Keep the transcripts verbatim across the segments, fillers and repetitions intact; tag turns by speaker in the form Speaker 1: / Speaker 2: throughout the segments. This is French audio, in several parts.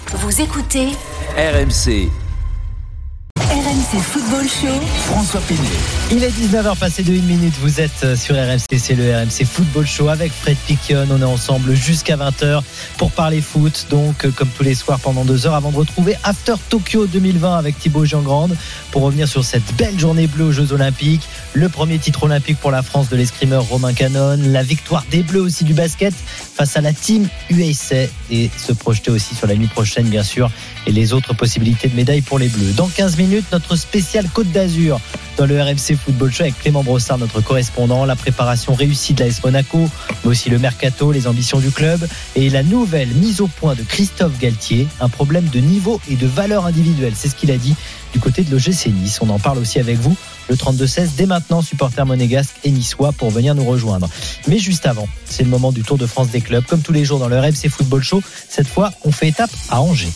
Speaker 1: Vous écoutez
Speaker 2: R M C.
Speaker 1: R M C Football Show.
Speaker 2: François Pinet.
Speaker 3: Il est dix-neuf heures passé de une minute. Vous êtes sur R M C, c'est le R M C Football Show avec Fred Piquion. On est ensemble jusqu'à vingt heures pour parler foot. Donc, comme tous les soirs pendant deux heures, avant de retrouver After Tokyo deux mille vingt avec Thibaut Giangrande pour revenir sur cette belle journée bleue aux Jeux Olympiques. Le premier titre olympique pour la France de l'escrimeur Romain Canon. La victoire des Bleus aussi du basket face à la Team U S A et se projeter aussi sur la nuit prochaine, bien sûr, et les autres possibilités de médailles pour les Bleus. Dans quinze minutes, notre spécial Côte d'Azur dans le R M C Football Show avec Clément Brossard, notre correspondant. La préparation réussie de l'A S Monaco, mais aussi le mercato, les ambitions du club et la nouvelle mise au point de Christophe Galtier. Un problème de niveau et de valeur individuelle, c'est ce qu'il a dit du côté de l'O G C Nice. On en parle aussi avec vous, le trente-deux seize, dès maintenant, supporters monégasques et niçois pour venir nous rejoindre. Mais juste avant, c'est le moment du Tour de France des clubs. Comme tous les jours dans le R M C Football Show, cette fois, on fait étape à Angers.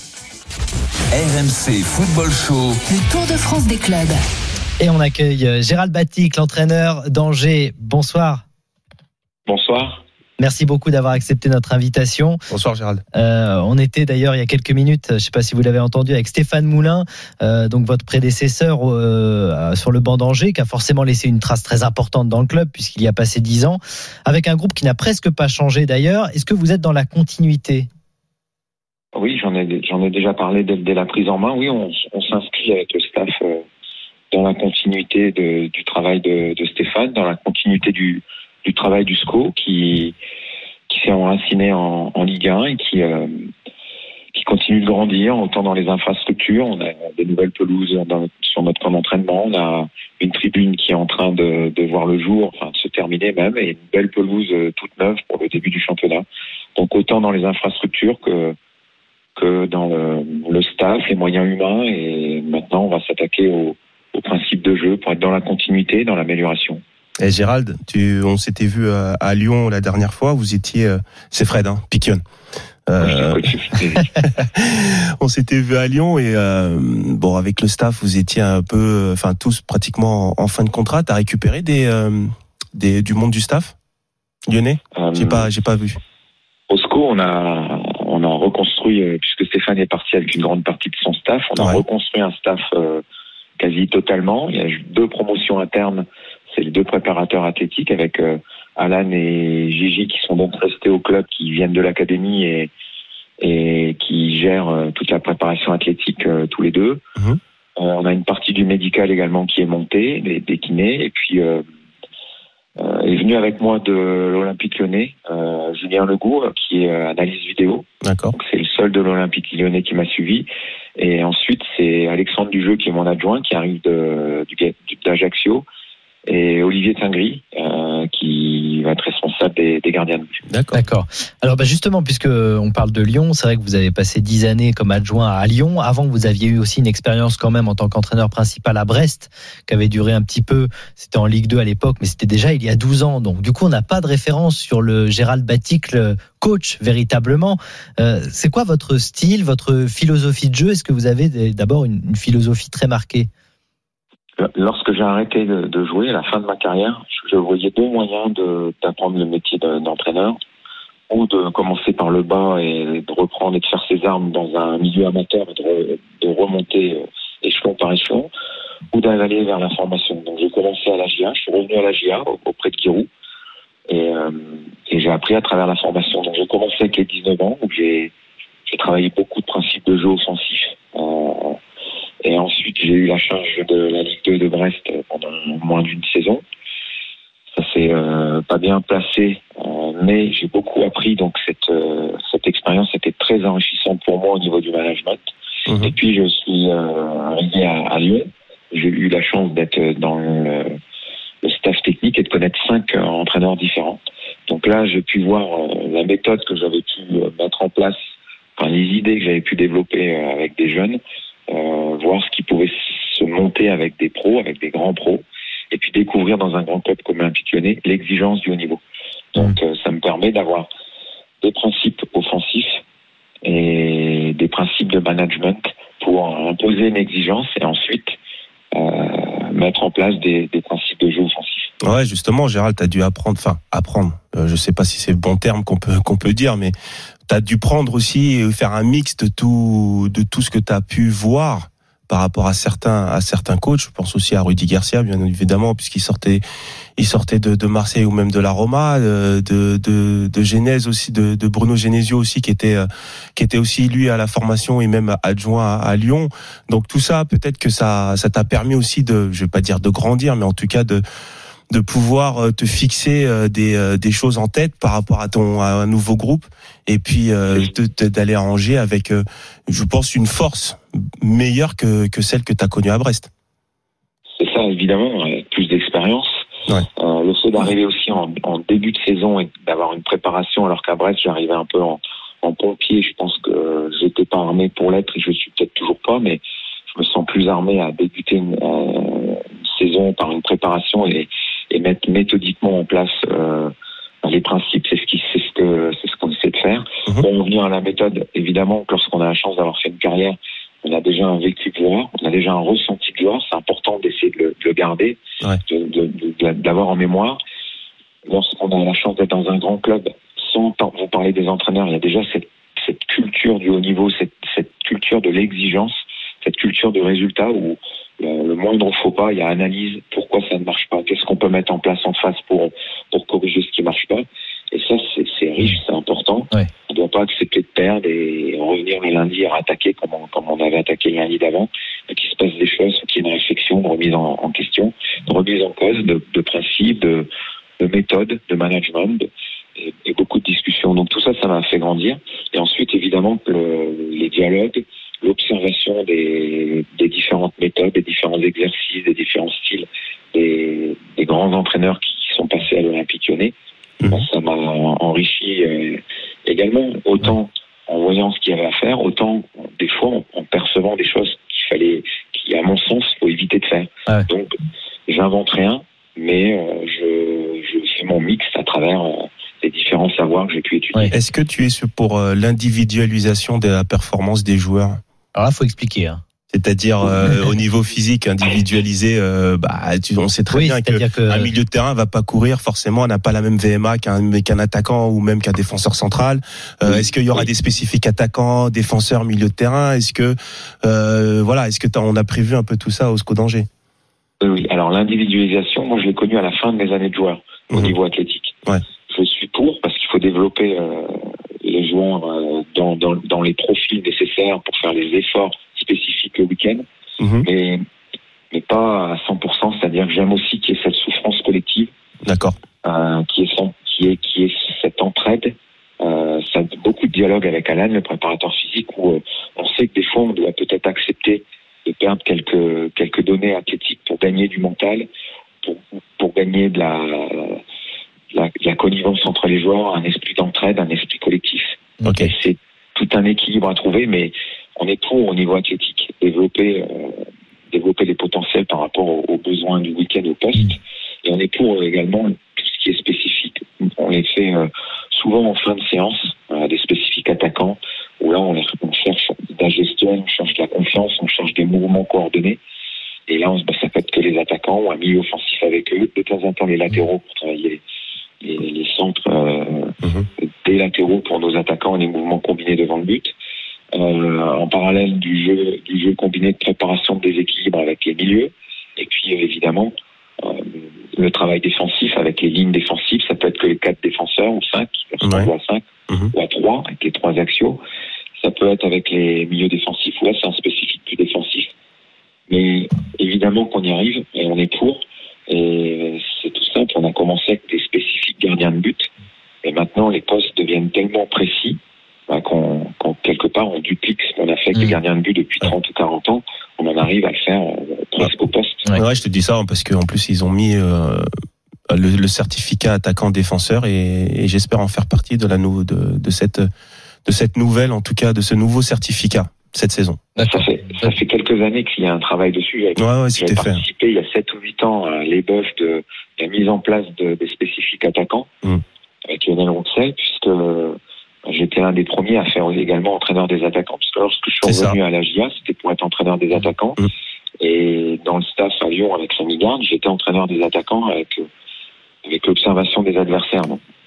Speaker 2: R M C Football Show.
Speaker 1: Le Tour de France des clubs.
Speaker 3: Et on accueille Gérald Batic, l'entraîneur d'Angers. Bonsoir.
Speaker 4: Bonsoir.
Speaker 3: Merci beaucoup d'avoir accepté notre invitation.
Speaker 5: Bonsoir Gérald.
Speaker 3: Euh, on était d'ailleurs il y a quelques minutes, je ne sais pas si vous l'avez entendu, avec Stéphane Moulin, euh, donc votre prédécesseur euh, sur le banc d'Angers, qui a forcément laissé une trace très importante dans le club puisqu'il y a passé dix ans, avec un groupe qui n'a presque pas changé d'ailleurs. Est-ce que vous êtes dans la continuité ?
Speaker 4: Oui, j'en ai, j'en ai déjà parlé dès, dès la prise en main. Oui, on, on s'inscrit avec le staff euh, dans la continuité de, du travail de, de Stéphane, dans la continuité du, du travail du S C O qui, qui s'est enraciné en, en Ligue un et qui, euh, qui continue de grandir, autant dans les infrastructures. On a des nouvelles pelouses dans, sur notre camp d'entraînement. On a une tribune qui est en train de, de voir le jour, enfin de se terminer même, et une belle pelouse euh, toute neuve pour le début du championnat. Donc autant dans les infrastructures que que dans le, le staff, les moyens humains, et maintenant on va s'attaquer au, au principe de jeu pour être dans la continuité, dans l'amélioration.
Speaker 5: Et Gérald, tu, on s'était vu à, à Lyon la dernière fois, vous étiez, euh, c'est Fred, hein, Piquion. Euh, on s'était vu à Lyon et euh, bon, avec le staff, vous étiez un peu, enfin tous pratiquement en, en fin de contrat. T'as récupéré des, euh, des du monde du staff lyonnais ? euh, J'ai pas, j'ai pas vu.
Speaker 4: Au S C O, on a on a reconstruit, euh, puisque Stéphane est parti avec une grande partie de son staff, on a ouais. reconstruit un staff euh, quasi totalement. Il y a deux promotions internes, c'est les deux préparateurs athlétiques avec euh, Alan et Gigi qui sont donc restés au club, qui viennent de l'académie et, et qui gèrent euh, toute la préparation athlétique euh, tous les deux. Mmh. Euh, on a une partie du médical également qui est montée, des, des kinés, et puis euh, Euh, est venu avec moi de l'Olympique Lyonnais, euh, Julien Legault, qui est euh, analyse vidéo.
Speaker 5: D'accord.
Speaker 4: Donc c'est le seul de l'Olympique Lyonnais qui m'a suivi. Et ensuite c'est Alexandre Dujeu qui est mon adjoint, qui arrive de, du, d'Ajaccio, et Olivier Tingry euh, qui va être responsable des, des gardiens de but.
Speaker 3: D'accord. D'accord. Alors bah justement, puisque on parle de Lyon, c'est vrai que vous avez passé dix années comme adjoint à Lyon. Avant, vous aviez eu aussi une expérience quand même en tant qu'entraîneur principal à Brest, qui avait duré un petit peu. C'était en Ligue deux à l'époque, mais c'était déjà il y a douze ans. Donc du coup, on n'a pas de référence sur le Gérald Batic, le coach véritablement. Euh, c'est quoi votre style, votre philosophie de jeu ? Est-ce que vous avez d'abord une, une philosophie très marquée ?
Speaker 4: Lorsque j'ai arrêté de, de jouer, à la fin de ma carrière, je voyais deux moyens de, d'apprendre le métier de, d'entraîneur, ou de commencer par le bas et de reprendre et de faire ses armes dans un milieu amateur et de, de remonter échelon par échelon, ou d'aller vers la formation. Donc j'ai commencé à l'A J A, je suis revenu à l'A J A auprès de Giroud, et, euh, et j'ai appris à travers la formation. Donc j'ai commencé avec les dix-neuf ans, où j'ai, j'ai travaillé beaucoup de principes de jeu offensif. Euh, Et ensuite, j'ai eu la charge de la Ligue deux de Brest pendant moins d'une saison. Ça s'est euh, pas bien placé, euh, mais j'ai beaucoup appris. Donc cette euh, cette expérience était très enrichissante pour moi au niveau du management. Mmh. Et puis je suis euh, arrivé à, à Lyon. J'ai eu la chance d'être dans le, le staff technique et de connaître cinq euh, entraîneurs différents. Donc là, j'ai pu voir euh, la méthode que j'avais pu euh, mettre en place, enfin les idées que j'avais pu développer euh, avec des jeunes. Euh, voir ce qui pouvait se monter avec des pros, avec des grands pros, et puis découvrir dans un grand club comme l'Olympique Lyonnais l'exigence du haut niveau. Donc mmh. euh, ça me permet d'avoir des principes offensifs et des principes de management pour imposer une exigence et ensuite euh, mettre en place des, des principes de jeu offensifs.
Speaker 5: Ouais, justement, Gérald, t'as dû apprendre, enfin apprendre. Euh, je sais pas si c'est le bon terme qu'on peut qu'on peut dire, mais t'as dû prendre aussi et faire un mix de tout, de tout ce que t'as pu voir par rapport à certains, à certains coachs. Je pense aussi à Rudy Garcia, bien évidemment, puisqu'il sortait, il sortait de, de Marseille ou même de la Roma, de, de, de, de Genèse aussi, de, de Bruno Genesio aussi, qui était, qui était aussi lui à la formation et même adjoint à, à Lyon. Donc tout ça, peut-être que ça, ça t'a permis aussi de, je vais pas dire de grandir, mais en tout cas de, de pouvoir te fixer des, des choses en tête par rapport à ton, à un nouveau groupe, et puis euh, de, de, d'aller à Angers avec, euh, je pense, une force meilleure que, que celle que tu as connue à Brest.
Speaker 4: C'est ça, évidemment, avec plus d'expérience.
Speaker 5: Ouais.
Speaker 4: Euh, le fait d'arriver aussi en, en début de saison et d'avoir une préparation, alors qu'à Brest, j'arrivais un peu en, en pompier. Je pense que j'étais pas armé pour l'être, et je suis peut-être toujours pas, mais je me sens plus armé à débuter une, euh, une saison par une préparation et, et mettre méthodiquement en place euh, les principes. C'est ce qui, c'est ce que, c'est ce qu'on essaie de faire.
Speaker 5: Mmh.
Speaker 4: Pour revenir à la méthode, évidemment, lorsqu'on a la chance d'avoir fait une carrière, on a déjà un vécu de joueur, on a déjà un ressenti de joueur. C'est important d'essayer de le, de le garder,
Speaker 5: ouais.
Speaker 4: de, de, de, de l'avoir en mémoire. Lorsqu'on a la chance d'être dans un grand club, sans vous parler des entraîneurs, il y a déjà cette, cette culture du haut niveau, cette, cette culture de l'exigence, cette culture de résultat où le, le moindre faux pas, il y a analyse, pourquoi ça ne marche pas, qu'est-ce qu'on peut mettre en place en face pour, pour corriger ce qui marche pas. Et ça, c'est, c'est riche, c'est important.
Speaker 3: Ouais.
Speaker 4: On ne doit pas accepter de perdre et revenir le lundi et attaquer comme on, comme on avait attaqué le lundi d'avant. Et qu'il se passe des choses, qu'il y ait une réflexion, une remise en, en question, une remise en cause de, de principes, de, de méthodes, de management, de, et, et beaucoup de discussions. Donc tout ça, ça m'a fait grandir. Et ensuite, évidemment, le, les dialogues, l'observation des, des différentes méthodes, des différents exercices, des différents styles, des, des grands entraîneurs qui sont passés à l'Olympique Lyonnais. Mmh. Ça m'a enrichi euh, également, autant en voyant ce qu'il y avait à faire, autant des fois en, en percevant des choses qu'il fallait, qui à mon sens, faut éviter de faire.
Speaker 3: Ouais.
Speaker 4: Donc, j'invente rien, mais euh, je, je fais mon mix à travers euh, les différents savoirs que j'ai pu étudier.
Speaker 5: Ouais. Est-ce que tu es pour euh, l'individualisation de la performance des joueurs ?
Speaker 3: Alors là, faut expliquer. Hein.
Speaker 5: C'est-à-dire euh, au niveau physique individualisé, euh, bah, tu, on sait très
Speaker 3: oui,
Speaker 5: bien qu'un
Speaker 3: que...
Speaker 5: milieu de terrain va pas courir forcément, n'a pas la même V M A qu'un, qu'un attaquant ou même qu'un défenseur central. Euh, oui. Est-ce qu'il y aura oui. des spécifiques attaquants, défenseurs, milieu de terrain ? Est-ce que euh, voilà, est-ce que on a prévu un peu tout ça au S C O d'Angers ?
Speaker 4: Oui. Alors l'individualisation, moi je l'ai connue à la fin de mes années de joueur au mmh. niveau athlétique.
Speaker 5: Ouais.
Speaker 4: Je suis pour parce qu'il faut développer euh, les joueurs euh, dans, dans dans les profils nécessaires pour faire les efforts spécifique le week-end, mmh. mais, mais pas à cent pour cent, c'est-à-dire que j'aime aussi qu'il y ait cette souffrance collective,
Speaker 5: d'accord,
Speaker 4: euh, qui est qui est qui est cette entraide, euh, ça a beaucoup de dialogue avec Alan, le préparateur physique, où euh, on sait que des fois on doit peut-être accepter de perdre quelques quelques données athlétiques pour gagner du mental, pour pour gagner de la la, la connivence entre les joueurs, un esprit d'entraide, un esprit collectif.
Speaker 5: Okay.
Speaker 4: C'est tout un équilibre à trouver, mais on est pour au niveau athlétique développer euh, développer les potentiels par rapport aux, aux besoins du week-end au poste, et on est pour euh, également tout ce qui est spécifique. On les fait euh, souvent en fin de séance, euh, des spécifiques attaquants où là on, les, on cherche de la gestion, on cherche de la confiance, on cherche des mouvements coordonnés. Et là on, bah, ça peut être que les attaquants ou un milieu offensif avec eux, de temps en temps les latéraux pour travailler les, les, les centres euh, mmh. des latéraux pour nos attaquants et les mouvements combinés devant le but. Euh, en parallèle du jeu, du jeu combiné de préparation de déséquilibre avec les milieux, et puis euh, évidemment euh, le travail défensif avec les lignes défensives. Ça peut être que les quatre défenseurs ou cinq, ouais. ou à cinq, mmh. ou à trois avec les trois axiaux. Ça peut être avec les milieux défensifs. Là, c'est un spécifique plus défensif, mais évidemment qu'on y arrive et on est pour. Et c'est tout simple. On a commencé avec des spécifiques gardiens de but, et maintenant les postes deviennent tellement précis. Bah, qu'on, qu'on, quelque part, on duplique ce qu'on a fait avec mmh. les gardiens de but depuis trente ou quarante ans. On en arrive à le faire euh, presque au poste.
Speaker 5: Ouais. ouais, je te dis ça parce qu'en plus, ils ont mis euh, le, le certificat attaquant-défenseur et, et j'espère en faire partie de, la nou- de, de, cette, de cette nouvelle, en tout cas, de ce nouveau certificat cette saison.
Speaker 4: Ça fait, ça fait quelques années qu'il y a un travail dessus. J'avais,
Speaker 5: ouais, ouais,
Speaker 4: j'avais participé fait. il y a sept ou huit ans à l'ébauche de, de la mise en place de, des spécifiques attaquants mmh. avec Lionel Rouxel, puisque j'étais l'un des premiers à faire également entraîneur des attaquants, parce que lorsque je suis revenu à la J A, c'était pour être entraîneur des attaquants. Mmh. Et dans le staff à Lyon avec Rémi Garde, j'étais entraîneur des attaquants avec, avec l'observation des adversaires. Donc,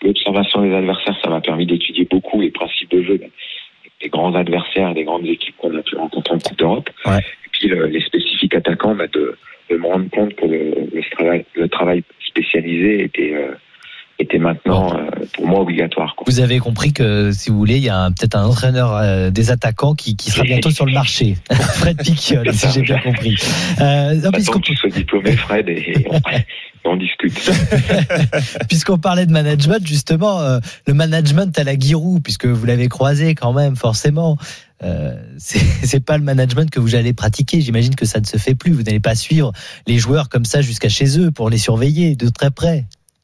Speaker 4: l'observation des adversaires, ça m'a permis d'étudier beaucoup les principes de jeu des grands adversaires, des grandes équipes qu'on a pu rencontrer en Coupe d'Europe.
Speaker 5: Ouais.
Speaker 4: Et puis le, les spécifiques attaquants, bah, de, de me rendre compte que le, le, travail, le travail spécialisé était, euh, était maintenant euh, pour moi obligatoire, quoi.
Speaker 3: Vous avez compris que, si vous voulez, il y a un, peut-être un entraîneur euh, des attaquants qui, qui sera bientôt sur le marché. Fred Picciol, si j'ai bien compris. Euh, non,
Speaker 4: puisqu'on que tu sois diplômé, Fred, et on, on discute.
Speaker 3: Puisqu'on parlait de management, justement, euh, le management à la Giroud, puisque vous l'avez croisé quand même, forcément. Euh, c'est, c'est pas le management que vous allez pratiquer. J'imagine que ça ne se fait plus. Vous n'allez pas suivre les joueurs comme ça jusqu'à chez eux pour les surveiller de très près.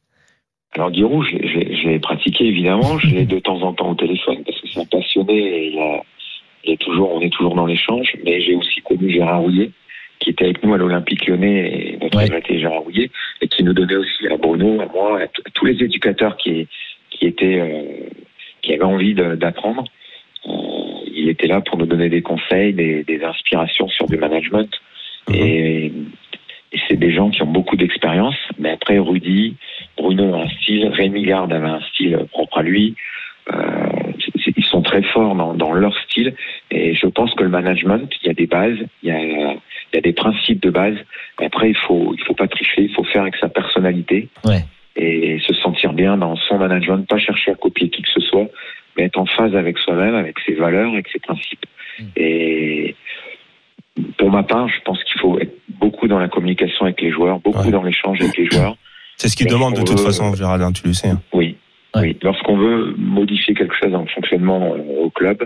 Speaker 4: Alors Giroud, je, je, je l'ai pratiqué évidemment. Je l'ai de temps en temps au téléphone parce que c'est un passionné et il, a, il est toujours, on est toujours dans l'échange. Mais j'ai aussi connu Gérard Houllier, qui était avec nous à l'Olympique Lyonnais, et notre
Speaker 3: ouais.
Speaker 4: regretté Gérard Houllier, et qui nous donnait aussi à Bruno, à moi, à, t- à tous les éducateurs qui, qui étaient, euh, qui avaient envie de, d'apprendre. Euh, il était là pour nous donner des conseils, des, des inspirations sur du management. Mmh. Et, et c'est des gens qui ont beaucoup d'expérience. Mais après, Rudy, Bruno a un style, Rémi Garde avait un style propre à lui. Euh, ils sont très forts dans, dans leur style. Et je pense que le management, il y a des bases, il y a, il y a des principes de base. Mais après, il faut, il faut pas tricher, il faut faire avec sa personnalité.
Speaker 3: Ouais.
Speaker 4: Et se sentir bien dans son management, pas chercher à copier qui que ce soit, mais être en phase avec soi-même, avec ses valeurs, avec ses principes. Mmh. Et pour ma part, je pense qu'il faut être beaucoup dans la communication avec les joueurs, beaucoup ouais. dans l'échange avec les joueurs.
Speaker 5: C'est ce qu'ils demandent de toute veut... façon, Géraldin, tu le sais. Hein.
Speaker 4: Oui. Ouais. oui. Lorsqu'on veut modifier quelque chose dans le fonctionnement au club,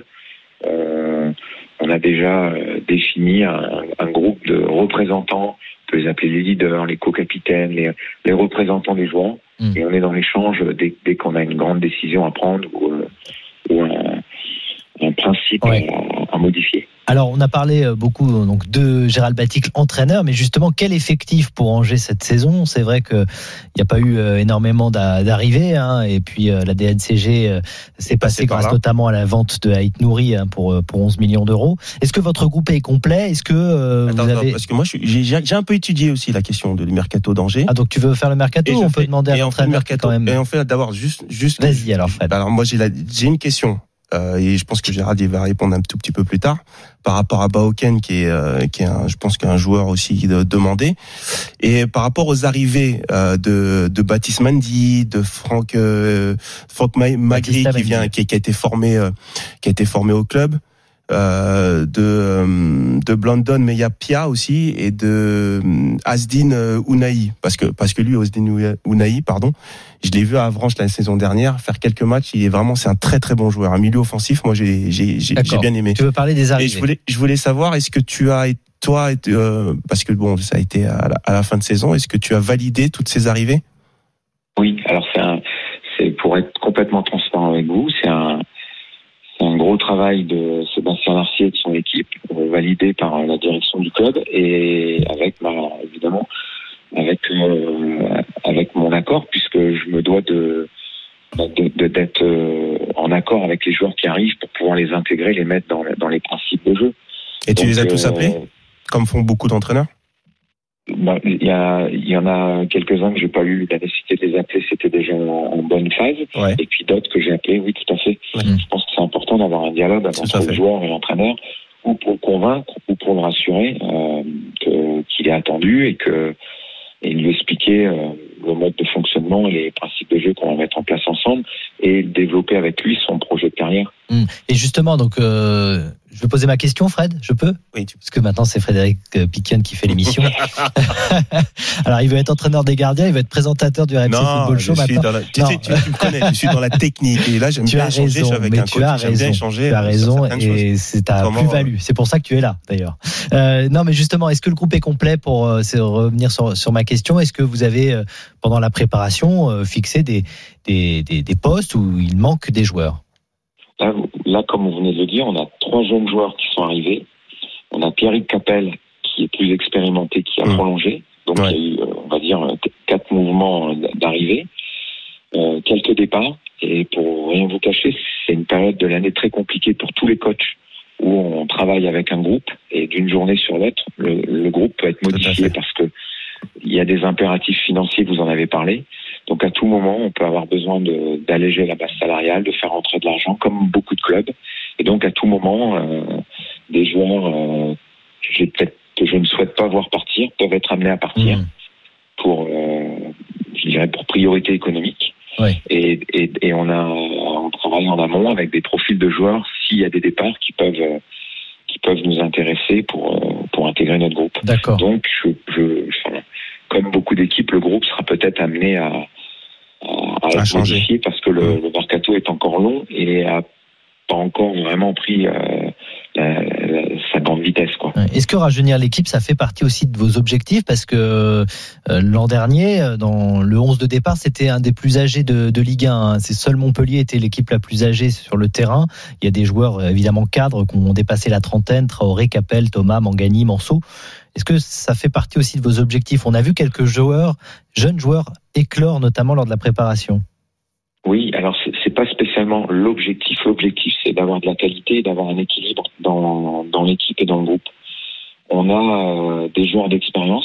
Speaker 4: euh, on a déjà défini un, un groupe de représentants, on peut les appeler les leaders, les co-capitaines, les, les représentants des joueurs, mmh. et on est dans l'échange dès, dès qu'on a une grande décision à prendre ou, ou un, un principe ouais. à, à modifier.
Speaker 3: Alors, on a parlé beaucoup donc de Gérald Baticle, entraîneur, mais justement, quel effectif pour Angers cette saison ? C'est vrai qu'il n'y a pas eu énormément d'arrivées, hein, et puis la D N C G s'est passée grâce notamment à la vente de Haït Nouri hein, pour, pour onze millions d'euros. Est-ce que votre groupe est complet ? Est-ce que euh,
Speaker 5: attends,
Speaker 3: vous avez...
Speaker 5: attends, parce que moi, je, j'ai, j'ai un peu étudié aussi la question du mercato d'Angers.
Speaker 3: Ah, donc tu veux faire le mercato ou on
Speaker 5: fais,
Speaker 3: peut demander à l'entraîneur quand même ?
Speaker 5: Et on fait d'abord juste... juste
Speaker 3: Vas-y alors, Fred.
Speaker 5: Alors moi, j'ai, la, j'ai une question. Euh, et je pense que Gérald va répondre un tout petit peu plus tard par rapport à Baoken qui est euh, qui est un, je pense qu'un joueur aussi de, demandé, et par rapport aux arrivées euh, de de Baptiste Mendy, de Franck euh, Franck Magri qui vient qui, qui a été formé euh, qui a été formé au club, euh, de euh, de Blandon Meyapia aussi, et de euh, Asdine Ounahi, parce que parce que lui Asdine Ounahi pardon, je l'ai vu à Avranches la saison dernière faire quelques matchs. Il est vraiment, c'est un très très bon joueur, un milieu offensif. Moi, j'ai j'ai j'ai, j'ai bien aimé.
Speaker 3: Tu veux parler des arrivées ?
Speaker 5: Et je voulais je voulais savoir, est-ce que tu as toi euh, parce que bon, ça a été à la, à la fin de saison, est-ce que tu as validé toutes ces arrivées ?
Speaker 4: Oui, alors c'est un, c'est pour être complètement transparent avec vous, c'est un c'est un gros travail de Sébastien Larcier et de son équipe, euh, validé par la direction du club et avec ma évidemment. avec euh, avec mon accord, puisque je me dois de, de, de d'être euh, en accord avec les joueurs qui arrivent pour pouvoir les intégrer, les mettre dans dans les principes de jeu.
Speaker 5: Et tu
Speaker 4: Donc,
Speaker 5: les as tous
Speaker 4: euh,
Speaker 5: appelés, comme font beaucoup d'entraîneurs ?
Speaker 4: bah, il y a il y en a quelques-uns que j'ai pas eu la nécessité de les appeler, c'était déjà en, en bonne phase.
Speaker 5: Ouais.
Speaker 4: Et puis d'autres que j'ai appelés, oui, tout à fait.
Speaker 5: Ouais.
Speaker 4: Je pense que c'est important d'avoir un dialogue entre le joueur et l'entraîneur, ou pour le convaincre, ou pour le rassurer euh, que qu'il est attendu et que et lui expliquer euh, le mode de fonctionnement et les principes de jeu qu'on va mettre en place ensemble et développer avec lui son projet de carrière.
Speaker 3: Mmh. Et justement, donc, euh, je vais poser ma question, Fred, je peux ?
Speaker 5: Oui. Tu...
Speaker 3: Parce que maintenant, c'est Frédéric Piccion qui fait l'émission. Alors, il veut être entraîneur des gardiens, il veut être présentateur du R M C
Speaker 5: non,
Speaker 3: Football Show maintenant.
Speaker 5: La... Tu, sais, tu, tu me connais, je suis dans la technique. Et là, j'aime
Speaker 3: tu
Speaker 5: bien
Speaker 3: as
Speaker 5: échanger
Speaker 3: raison,
Speaker 5: avec
Speaker 3: mais
Speaker 5: un
Speaker 3: tu
Speaker 5: coach.
Speaker 3: as
Speaker 5: J'aime
Speaker 3: raison,
Speaker 5: bien échanger.
Speaker 3: Tu as raison, et
Speaker 5: choses.
Speaker 3: c'est ta
Speaker 5: Comment,
Speaker 3: plus-value. C'est pour ça que tu es là, d'ailleurs. Euh, non, mais justement, est-ce que le groupe est complet pour euh, revenir sur, sur ma question ? Est-ce que vous avez, euh, pendant la préparation, euh, fixé des, des, des, des postes où il manque des joueurs ?
Speaker 4: Là, là, comme vous venez de le dire, on a trois jeunes joueurs qui sont arrivés. On a Pierrick Capel, qui est plus expérimenté, qui a mmh. prolongé. Donc, ouais. il y a eu, on va dire, quatre mouvements d'arrivée, euh, quelques départs. Et pour rien vous cacher, c'est une période de l'année très compliquée pour tous les coachs, où on travaille avec un groupe, et d'une journée sur l'autre, le, le groupe peut être modifié parce que il y a des impératifs financiers, vous en avez parlé. Donc à tout moment, on peut avoir besoin de, d'alléger la base salariale, de faire rentrer de l'argent, comme beaucoup de clubs. Et donc à tout moment, euh, des joueurs euh, que, j'ai peut-être, que je ne souhaite pas voir partir peuvent être amenés à partir mmh. pour, euh, je dirais, pour priorité économique.
Speaker 3: Oui.
Speaker 4: Et, et, et on a, on travaille en amont avec des profils de joueurs s'il y a des départs qui peuvent, euh, qui peuvent nous intéresser pour, euh, pour intégrer notre groupe.
Speaker 3: D'accord.
Speaker 4: Donc, je, je, enfin, comme beaucoup d'équipes, le groupe sera peut-être amené à, à, à, à être modifié parce que le, mmh. le mercato est encore long et a pas encore vraiment pris euh, la, la, sa grande vitesse, quoi.
Speaker 3: Est-ce que rajeunir l'équipe, ça fait partie aussi de vos objectifs? Parce que euh, l'an dernier, dans le onze de départ, c'était un des plus âgés de, de Ligue un. Hein. C'est seul Montpellier était l'équipe la plus âgée sur le terrain. Il y a des joueurs évidemment cadres qui ont dépassé la trentaine, Traoré, Capel, Thomas, Mangani, Manceau. Est-ce que ça fait partie aussi de vos objectifs? On a vu quelques joueurs, jeunes joueurs éclore notamment lors de la préparation.
Speaker 4: Oui, alors c'est, c'est pas spécialement l'objectif. L'objectif, c'est d'avoir de la qualité, d'avoir un équilibre dans, dans l'équipe et dans le groupe. On a euh, des joueurs d'expérience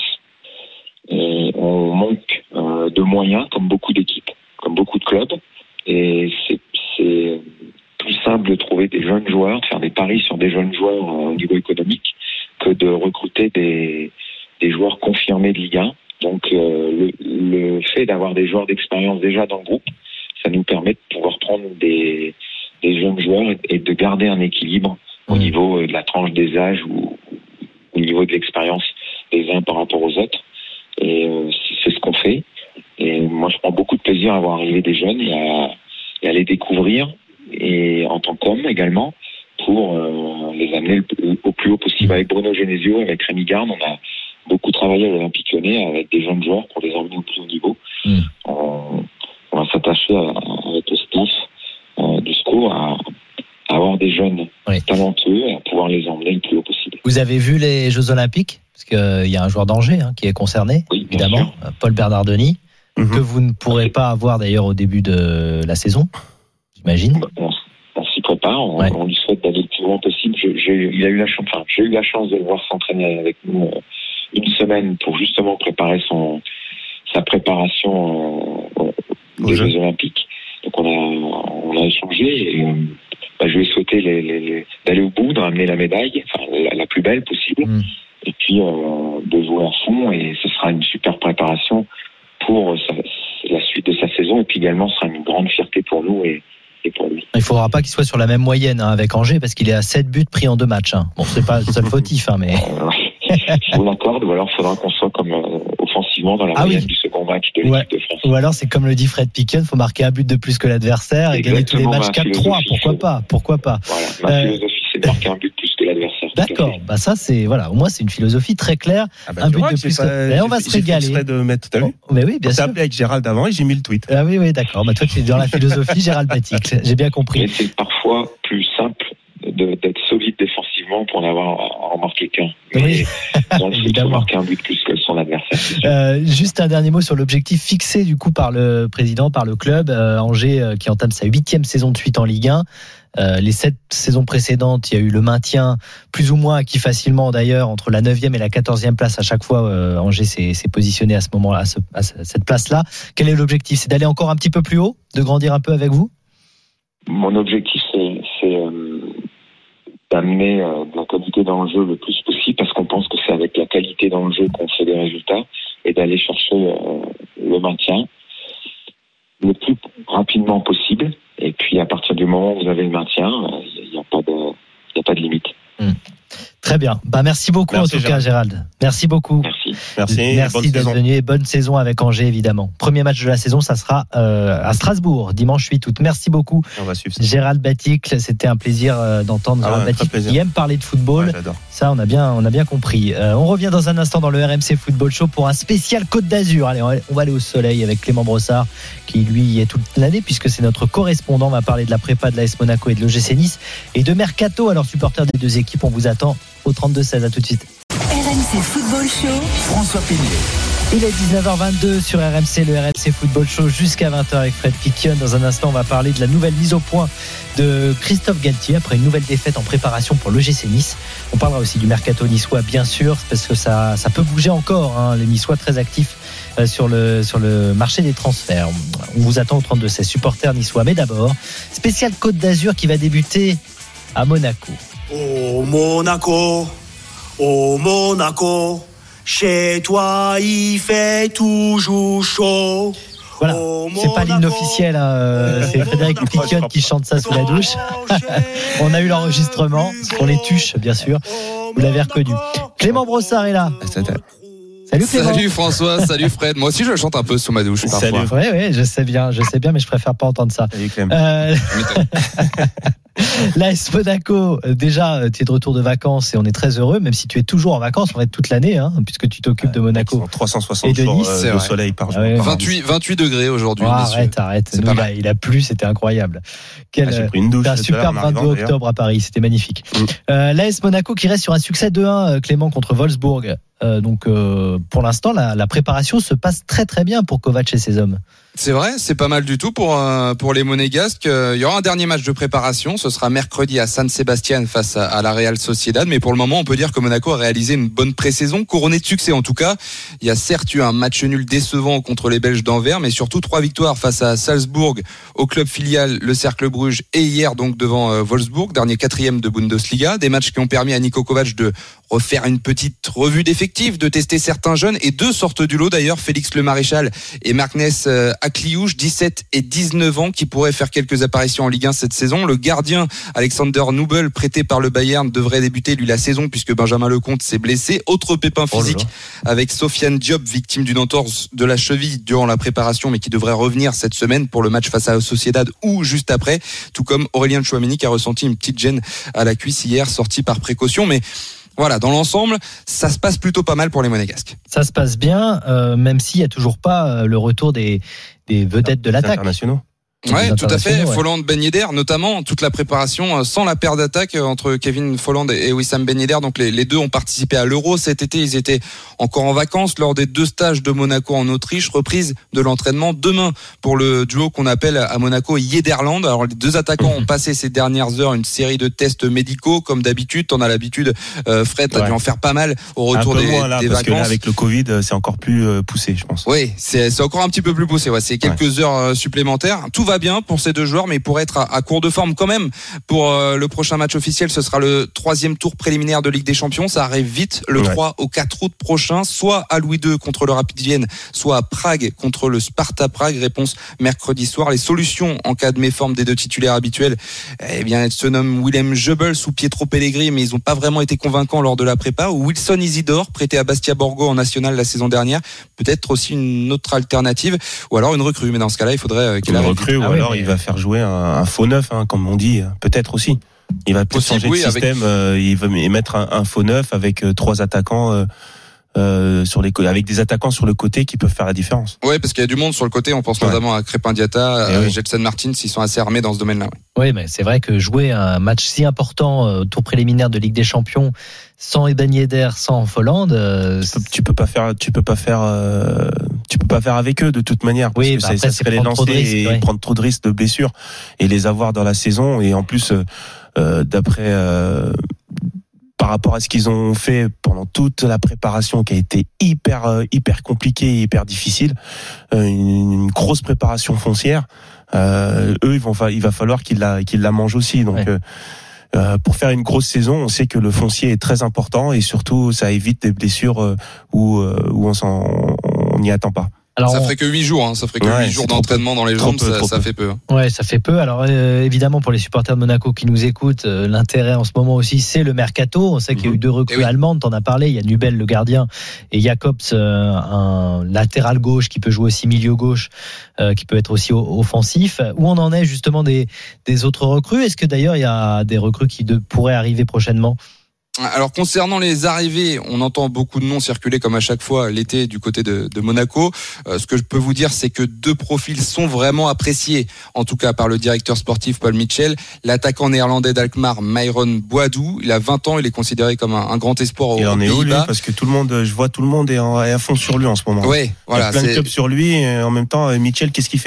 Speaker 4: et on manque euh, de moyens, comme beaucoup d'équipes, comme beaucoup de clubs. Et c'est, c'est plus simple de trouver des jeunes joueurs, de faire des paris sur des jeunes joueurs euh, au niveau économique, que de recruter des, des joueurs confirmés de Ligue un. Donc euh, le, le fait d'avoir des joueurs d'expérience déjà dans le groupe, ça nous permet de pouvoir prendre des, des jeunes joueurs et de garder un équilibre au niveau de la tranche des âges ou au niveau de l'expérience des uns par rapport aux autres. Et euh, c'est ce qu'on fait. Et moi, je prends beaucoup de plaisir à voir arriver des jeunes et à, et à les découvrir, et en tant qu'homme également, pour euh, les amener le, au plus haut possible. Avec Bruno Genesio, avec Rémi Garde, on a beaucoup travaillé à l'Olympique Lyonnais avec des jeunes joueurs pour les emmener au plus haut niveau. Mmh. On, on va s'attacher à, avec le staff euh, du S C O à, à avoir des jeunes oui. talentueux et à pouvoir les emmener le plus haut possible.
Speaker 3: Vous avez vu les Jeux Olympiques? Parce qu'il euh, y a un joueur d'Angers hein, qui est concerné, oui, évidemment, sûr. Paul Bernardoni, mmh. que vous ne pourrez pas avoir d'ailleurs au début de la saison, j'imagine.
Speaker 4: On, on s'y prépare, on, ouais. on lui souhaite d'aller le plus loin possible. Je, j'ai, il a eu la chance, enfin, j'ai eu la chance de le voir s'entraîner avec nous euh, une semaine pour justement préparer son, sa préparation euh, des Jeux Olympiques. Donc on a, on a échangé et euh, bah, je lui ai souhaité les, les, les, d'aller au bout, d'en amener la médaille, enfin la, la plus belle possible, mmh. et puis euh, de jouer à fond, et ce sera une super préparation pour sa, la suite de sa saison, et puis également ce sera une grande fierté pour nous et, et pour lui.
Speaker 3: Il ne faudra pas qu'il soit sur la même moyenne hein, avec Angers, parce qu'il est à sept buts pris en deux matchs. Hein. Bon, c'est pas le seul fautif, hein, mais...
Speaker 4: Je vous l'accorde, ou alors il faudra qu'on soit comme euh, offensivement dans la ah moyenne oui. du second match de l'équipe ouais. de France.
Speaker 3: Ou alors c'est comme le dit Fred Piquion, il faut marquer un but de plus que l'adversaire et Exactement, gagner tous les matchs quatre trois, pourquoi pas, pourquoi pas.
Speaker 4: Voilà, ma euh... philosophie c'est de marquer un but de plus que l'adversaire.
Speaker 3: D'accord, bah ça c'est, voilà, au moins c'est une philosophie très claire, ah bah, un but de plus pas, que... Et on va se régaler.
Speaker 5: J'ai fait de mettre, t'as vu
Speaker 3: oh, mais oui, bien
Speaker 5: on
Speaker 3: sûr.
Speaker 5: s'est appelé avec Gérald avant et j'ai mis le tweet.
Speaker 3: Ah oui, oui, d'accord, bah toi tu es dans la philosophie Gérald Baticle, j'ai bien compris.
Speaker 4: Mais c'est parfois plus simple De, d'être solide défensivement pour en avoir en marquer qu'un. Mais oui. dans le foot, il faut marquer un but plus que son adversaire.
Speaker 3: Euh, juste un dernier mot sur l'objectif fixé du coup par le président, par le club. Euh, Angers euh, qui entame sa huitième saison de suite en Ligue un. Euh, les sept saisons précédentes, il y a eu le maintien plus ou moins acquis facilement d'ailleurs entre la neuvième et la quatorzième place à chaque fois. Euh, Angers s'est, s'est positionné à ce moment-là, à, ce, à cette place-là. Quel est l'objectif? C'est d'aller encore un petit peu plus haut, de grandir un peu avec vous?
Speaker 4: Mon objectif, c'est, c'est euh, d'amener euh, de la qualité dans le jeu le plus possible, parce qu'on pense que c'est avec la qualité dans le jeu qu'on fait des résultats, et d'aller chercher euh, le maintien le plus rapidement possible. Et puis à partir du moment où vous avez le maintien, il n'y a pas de, il n'y a pas de limite. Mmh.
Speaker 3: Très bien. Bah, merci beaucoup merci, en tout Gérald. cas, Gérald. Merci beaucoup.
Speaker 4: Merci.
Speaker 5: Merci.
Speaker 3: Merci d'être venu, et bonne saison avec Angers, évidemment. Premier match de la saison, ça sera euh, à Strasbourg, dimanche huit août. Merci beaucoup.
Speaker 5: On va suivre ça.
Speaker 3: Gérald Baticle, c'était un plaisir d'entendre ah Gérald ouais, Baticle qui aime parler de football.
Speaker 5: Ouais, j'adore.
Speaker 3: Ça, on a bien, on a bien compris. Euh, on revient dans un instant dans le R M C Football Show pour un spécial Côte d'Azur. Allez, on va aller au soleil avec Clément Brossard, qui lui y est toute l'année, puisque c'est notre correspondant. On va parler de la prépa de l'A S Monaco et de l'O G C Nice et de Mercato. Alors, supporters des deux équipes, on vous attend au trente-deux seize. À tout de suite.
Speaker 1: R M C Football Show,
Speaker 2: François Pignet.
Speaker 3: Il est dix-neuf heures vingt-deux sur R M C, le R M C Football Show jusqu'à vingt heures avec Fred Piquion. Dans un instant, on va parler de la nouvelle mise au point de Christophe Galtier après une nouvelle défaite en préparation pour l'O G C Nice. On parlera aussi du mercato niçois, bien sûr, parce que ça, ça peut bouger encore. Hein. Les Niçois très actifs euh, sur le sur le marché des transferts. On vous attend au trente-deux seize, supporters niçois. Mais d'abord, spécial Côte d'Azur qui va débuter à Monaco.
Speaker 6: Oh Monaco, oh Monaco, chez toi il fait toujours chaud.
Speaker 3: Voilà, c'est pas l'hymne officiel, hein. C'est Frédéric Picchionne qui chante ça sous la douche. On a eu l'enregistrement, on les tuche bien sûr, vous l'avez reconnu. Clément Brossard est là. Salut Clément.
Speaker 7: Salut François, salut Fred. Moi aussi je chante un peu sous ma douche parfois.
Speaker 3: Salut. Oui, oui, je sais bien, je sais bien, mais je préfère pas entendre ça.
Speaker 5: Salut Clément.
Speaker 3: Euh... L'A S Monaco, déjà, tu es de retour de vacances et on est très heureux, même si tu es toujours en vacances en fait toute l'année, hein, puisque tu t'occupes de Monaco.
Speaker 5: trois cent soixante
Speaker 3: et de
Speaker 5: jours
Speaker 3: Nice,
Speaker 5: euh, de soleil par jour.
Speaker 3: Ah ouais,
Speaker 7: vingt-huit, vingt-huit degrés aujourd'hui.
Speaker 3: Oh, arrête, arrête. Nous, il, a, il a plu, c'était incroyable. Quel,
Speaker 5: ah, j'ai pris une douche.
Speaker 3: Un super vingt-deux octobre à Paris, c'était magnifique. Mm. Euh, L'A S Monaco qui reste sur un succès deux un, Clément, contre Wolfsburg. Euh, donc euh, pour l'instant, la, la préparation se passe très très bien pour Kovac et ses hommes.
Speaker 7: C'est vrai, c'est pas mal du tout pour euh, pour les Monégasques. Il y aura un dernier match de préparation, ce sera mercredi à San Sebastián face à, à la Real Sociedad. Mais pour le moment, on peut dire que Monaco a réalisé une bonne pré-saison, couronnée de succès en tout cas. Il y a certes eu un match nul décevant contre les Belges d'Anvers, mais surtout trois victoires face à Salzbourg, au club filial le Cercle Bruges, et hier donc devant euh, Wolfsburg, dernier quatrième de Bundesliga. Des matchs qui ont permis à Niko Kovac de refaire une petite revue d'effectifs, de tester certains jeunes, et deux sortent du lot d'ailleurs, Félix Le Maréchal et Magnès Akliouche, dix-sept et dix-neuf ans, qui pourraient faire quelques apparitions en Ligue un cette saison. Le gardien Alexander Nubel, prêté par le Bayern, devrait débuter lui la saison puisque Benjamin Lecomte s'est blessé. Autre pépin physique oh là là. Avec Sofiane Diop, victime d'une entorse de la cheville durant la préparation, mais qui devrait revenir cette semaine pour le match face à Sociedad ou juste après, tout comme Aurélien Tchouameni qui a ressenti une petite gêne à la cuisse hier, sorti par précaution, mais voilà, dans l'ensemble, ça se passe plutôt pas mal pour les Monégasques.
Speaker 3: Ça se passe bien, euh, même s'il n'y a toujours pas le retour des, des vedettes de l'attaque.
Speaker 5: Internationaux.
Speaker 7: Ouais, tout à fait. Ouais. Folland, Ben Yedder, notamment toute la préparation sans la paire d'attaque entre Kevin Folland et Wissam Ben Yedder. Donc les, les deux ont participé à l'Euro cet été. Ils étaient encore en vacances lors des deux stages de Monaco en Autriche. Reprise de l'entraînement demain pour le duo qu'on appelle à Monaco Yederland. Alors les deux attaquants ont passé ces dernières heures une série de tests médicaux comme d'habitude. T'en as l'habitude, euh, Fred, t'as ouais. dû en faire pas mal au retour
Speaker 5: un peu
Speaker 7: des,
Speaker 5: moins, là,
Speaker 7: des
Speaker 5: parce
Speaker 7: vacances.
Speaker 5: Que là, avec le Covid, c'est encore plus poussé, je pense.
Speaker 7: Oui, c'est, c'est encore un petit peu plus poussé. Ouais, c'est quelques ouais. heures supplémentaires. Tout va bien pour ces deux joueurs, mais pour être à, à court de forme quand même. Pour euh, le prochain match officiel, ce sera le troisième tour préliminaire de Ligue des Champions. Ça arrive vite, le ouais. trois au quatre août prochain, soit à Louis deux contre le Rapid Vienne, soit à Prague contre le Sparta Prague. Réponse mercredi soir. Les solutions en cas de méforme des deux titulaires habituels, eh bien, elles se nomment Willem Jebels ou Pietro Pellegrini, mais ils n'ont pas vraiment été convaincants lors de la prépa. Ou Wilson Isidore, prêté à Bastia Borgo en national la saison dernière. Peut-être aussi une autre alternative, ou alors une recrue. Mais dans ce cas-là, il faudrait qu'elle
Speaker 5: une
Speaker 7: arrive.
Speaker 5: recrue, ou
Speaker 3: ah
Speaker 5: alors
Speaker 3: oui, mais...
Speaker 5: il va faire jouer un, un faux neuf, hein, comme on dit, peut-être aussi. Il va peut-être changer oui, de système, avec... euh, il va mettre un, un faux neuf avec euh, trois attaquants. Euh, Euh, sur les avec des attaquants sur le côté qui peuvent faire la différence.
Speaker 7: Ouais, parce qu'il y a du monde sur le côté. On pense ouais. notamment à Crépin Diatta, à oui. Gelson Martins, ils sont assez armés dans ce domaine-là.
Speaker 3: Oui, oui mais c'est vrai que jouer un match si important au tour préliminaire de Ligue des Champions sans Ben Yedder, sans Folland, euh,
Speaker 5: tu, peux, tu peux pas faire, tu peux pas faire, euh, tu peux pas faire avec eux de toute manière. Parce
Speaker 3: oui,
Speaker 5: que
Speaker 3: bah
Speaker 5: ça,
Speaker 3: après,
Speaker 5: ça serait les lancer de risques, et ouais. prendre trop de risques de blessures et les avoir dans la saison. Et en plus, euh, d'après. Euh, par rapport à ce qu'ils ont fait pendant toute la préparation qui a été hyper euh, hyper compliquée et hyper difficile, euh, une, une grosse préparation foncière, euh, eux ils vont il va falloir qu'ils la qu'ils la mangent aussi. Donc ouais. euh, euh, pour faire une grosse saison, on sait que le foncier est très important et surtout ça évite des blessures euh, où euh, où on s'en on n'y attend pas.
Speaker 7: Alors ça on... ferait que huit jours, hein. ça ferait que ouais, huit jours d'entraînement peu, dans les jambes, peu, ça, ça fait peu.
Speaker 3: Ouais, ça fait peu. Alors euh, évidemment pour les supporters de Monaco qui nous écoutent, euh, l'intérêt en ce moment aussi c'est le mercato. On sait mmh. qu'il y a eu deux recrues oui. allemandes, t'en as parlé. Il y a Nubel le gardien et Jacobs euh, un latéral gauche qui peut jouer aussi milieu gauche, euh, qui peut être aussi offensif. Où on en est justement des des autres recrues? Est-ce que d'ailleurs il y a des recrues qui de, pourraient arriver prochainement?
Speaker 7: Alors concernant les arrivées, on entend beaucoup de noms circuler comme à chaque fois l'été du côté de, de Monaco. Euh, ce que je peux vous dire, c'est que deux profils sont vraiment appréciés, en tout cas par le directeur sportif Paul Mitchell. L'attaquant néerlandais d'Alkmaar, Myron Boadou, il a vingt ans, il est considéré comme un, un grand espoir au Pays-Bas.
Speaker 5: Il en est où lui ? Parce que tout le monde, je vois tout le monde est, en, est à fond sur lui en ce moment.
Speaker 7: Ouais, voilà.
Speaker 5: Il y a plein de clubs sur lui et en même temps, Mitchell, qu'est-ce qu'il fait quoi ?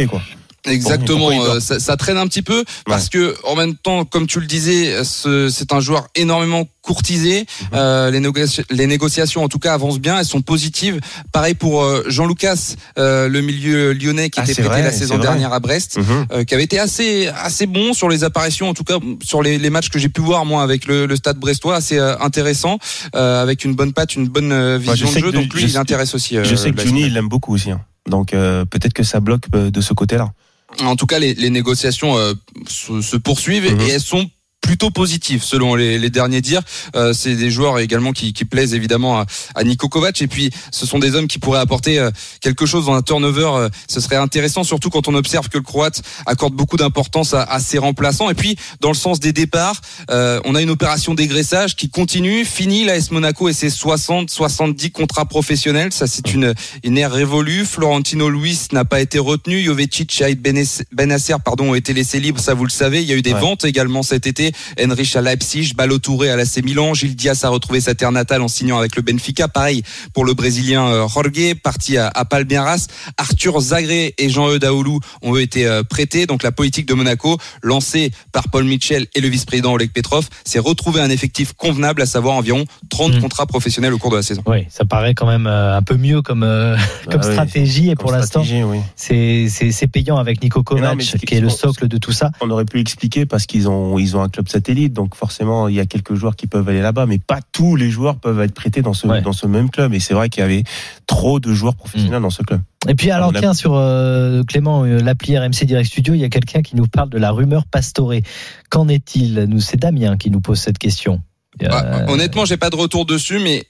Speaker 7: Exactement, euh, ça, ça traîne un petit peu parce ouais. que en même temps, comme tu le disais, ce, c'est un joueur énormément courtisé. Mmh. Euh, les, négoci- les négociations, en tout cas, avancent bien, elles sont positives. Pareil pour euh, Jean Lucas, euh, le milieu lyonnais qui ah, était prêté vrai, la saison dernière à Brest, mmh. euh, qui avait été assez assez bon sur les apparitions, en tout cas sur les, les matchs que j'ai pu voir moi avec le, le Stade Brestois, assez euh, intéressant, euh, avec une bonne patte, une bonne euh, vision ouais, de jeu. Donc lui, il intéresse aussi. Euh,
Speaker 5: je sais que Juni, il l'aime beaucoup aussi. Hein. Donc euh, peut-être que ça bloque de ce côté-là.
Speaker 7: En tout cas, les, les négociations euh, se, se poursuivent mmh. et elles sont plutôt positif selon les, les derniers dires. Euh, c'est des joueurs également qui, qui plaisent évidemment à, à Niko Kovac, et puis ce sont des hommes qui pourraient apporter euh, quelque chose dans un turnover. Euh, ce serait intéressant, surtout quand on observe que le Croate accorde beaucoup d'importance à, à ses remplaçants. Et puis dans le sens des départs, euh, on a une opération dégraissage qui continue. Fini l'A S Monaco et ses soixante soixante-dix contrats professionnels. Ça, c'est une, une ère révolue. Florentino Luis n'a pas été retenu. Jovetic et Aïd Benasser pardon, ont été laissés libres, ça vous le savez. Il y a eu des ouais. ventes également cet été. Henrich à Leipzig, Ballo Touré à l'A C Milan, Gilles Dias a retrouvé sa terre natale en signant avec le Benfica. Pareil pour le Brésilien Jorge, parti à, à Palmeiras. Arthur Zagré et Jean-Eudes Daoulou ont eux été prêtés. Donc la politique de Monaco, lancée par Paul Mitchell et le vice-président Oleg Petrov, c'est retrouver un effectif convenable, à savoir environ trente mmh. contrats professionnels au cours de la saison.
Speaker 3: Oui, ça paraît quand même un peu mieux comme, euh, comme ah, stratégie. Oui, et pour l'instant, oui. c'est, c'est, c'est payant avec Niko Kovac, qui est le socle de tout ça.
Speaker 5: On aurait pu expliquer parce qu'ils ont, ils ont un club satellite, donc forcément il y a quelques joueurs qui peuvent aller là-bas, mais pas tous les joueurs peuvent être prêtés dans ce, ouais. dans ce même club. Et c'est vrai qu'il y avait trop de joueurs professionnels mmh. dans ce club.
Speaker 3: Et puis alors tiens, a... sur euh, Clément, euh, l'appli R M C Direct Studio, il y a quelqu'un qui nous parle de la rumeur Pastore. Qu'en est-il? Nous, c'est Damien qui nous pose cette question.
Speaker 7: Euh... Bah, honnêtement, j'ai pas de retour dessus, mais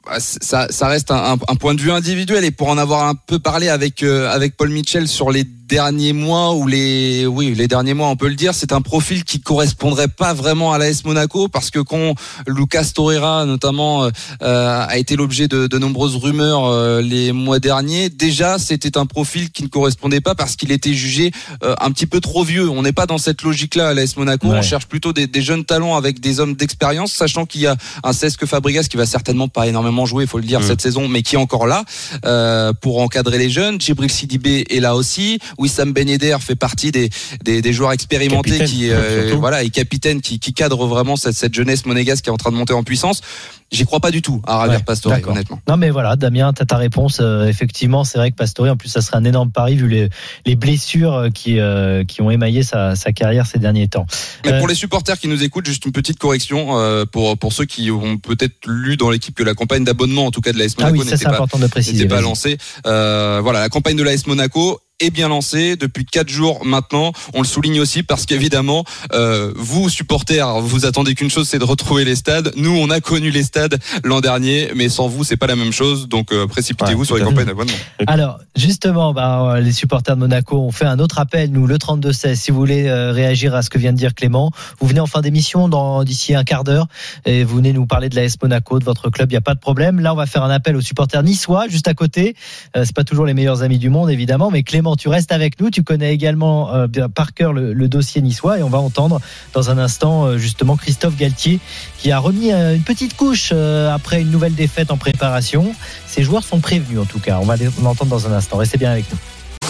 Speaker 7: ça, ça reste un, un point de vue individuel. Et pour en avoir un peu parlé avec euh, avec Paul Mitchell sur les derniers mois ou les oui les derniers mois, on peut le dire, c'est un profil qui correspondrait pas vraiment à l'A S Monaco, parce que quand Lucas Torreira notamment euh, a été l'objet de, de nombreuses rumeurs euh, les mois derniers, déjà c'était un profil qui ne correspondait pas parce qu'il était jugé euh, un petit peu trop vieux. On n'est pas dans cette logique-là à l'A S Monaco. Ouais. On cherche plutôt des, des jeunes talents avec des hommes d'expérience, sachant qu'il y a un Cesc Fabregas qui va certainement pas énormément jouer, il faut le dire, mmh. cette saison, mais qui est encore là euh, pour encadrer les jeunes. Djibril Sidibé est là aussi. Wissam Ben Yedder fait partie des, des, des joueurs expérimentés capitaine, qui euh, voilà, et capitaine qui, qui cadre vraiment cette, cette jeunesse monégasque qui est en train de monter en puissance. J'y crois pas du tout à Javier ouais, Pastore, d'accord. honnêtement.
Speaker 3: Non mais voilà, Damien, t'as ta réponse. Euh, effectivement, c'est vrai que Pastore, en plus, ça serait un énorme pari vu les, les blessures qui, euh, qui ont émaillé sa, sa carrière ces derniers temps.
Speaker 7: Mais euh, pour les supporters qui nous écoutent, juste une petite correction euh, pour pour ceux qui ont peut-être lu dans l'équipe que la campagne d'abonnement, en tout cas de l'A S Monaco,
Speaker 3: ah oui, ça,
Speaker 7: n'était,
Speaker 3: c'est
Speaker 7: pas,
Speaker 3: important de préciser,
Speaker 7: n'était pas lancée. Euh, voilà, la campagne de l'A S Monaco est bien lancé depuis quatre jours maintenant. On le souligne aussi parce qu'évidemment, euh, vous supporters, vous attendez qu'une chose, c'est de retrouver les stades. Nous, on a connu les stades l'an dernier, mais sans vous, c'est pas la même chose. Donc, euh, précipitez-vous ouais, sur les campagnes d'abonnement.
Speaker 3: Alors, justement, bah, les supporters de Monaco ont fait un autre appel. Nous, le trente-deux seize. Si vous voulez euh, réagir à ce que vient de dire Clément, vous venez en fin d'émission dans d'ici un quart d'heure et vous venez nous parler de l'A S Monaco, de votre club. Il y a pas de problème. Là, on va faire un appel aux supporters niçois, juste à côté. Euh, c'est pas toujours les meilleurs amis du monde, évidemment, mais Clément, tu restes avec nous. Tu connais également euh, par cœur le, le dossier niçois, et on va entendre dans un instant euh, justement Christophe Galtier qui a remis euh, une petite couche euh, après une nouvelle défaite en préparation. Ses joueurs sont prévenus en tout cas. On va l'entendre dans un instant. Restez bien avec nous.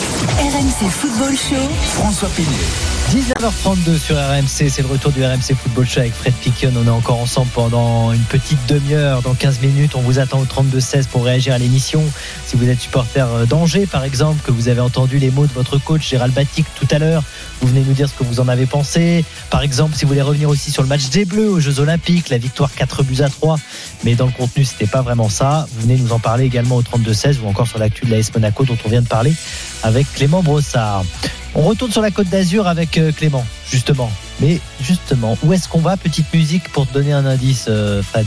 Speaker 1: R M C Football Show,
Speaker 2: François Pignet.
Speaker 3: dix-neuf heures trente-deux sur R M C, c'est le retour du R M C Football Show avec Fred Piquion. On est encore ensemble pendant une petite demi-heure, dans quinze minutes. On vous attend au trente-deux seize pour réagir à l'émission. Si vous êtes supporter d'Angers, par exemple, que vous avez entendu les mots de votre coach Gérald Batic tout à l'heure, vous venez nous dire ce que vous en avez pensé. Par exemple, si vous voulez revenir aussi sur le match des Bleus aux Jeux Olympiques, la victoire quatre buts à trois, mais dans le contenu, c'était pas vraiment ça. Vous venez nous en parler également au trente-deux seize ou encore sur l'actu de l'A S Monaco dont on vient de parler avec Clément Brossard. On retourne sur la Côte d'Azur avec Clément, justement. Mais justement, où est-ce qu'on va? Petite musique pour te donner un indice, euh, Fred.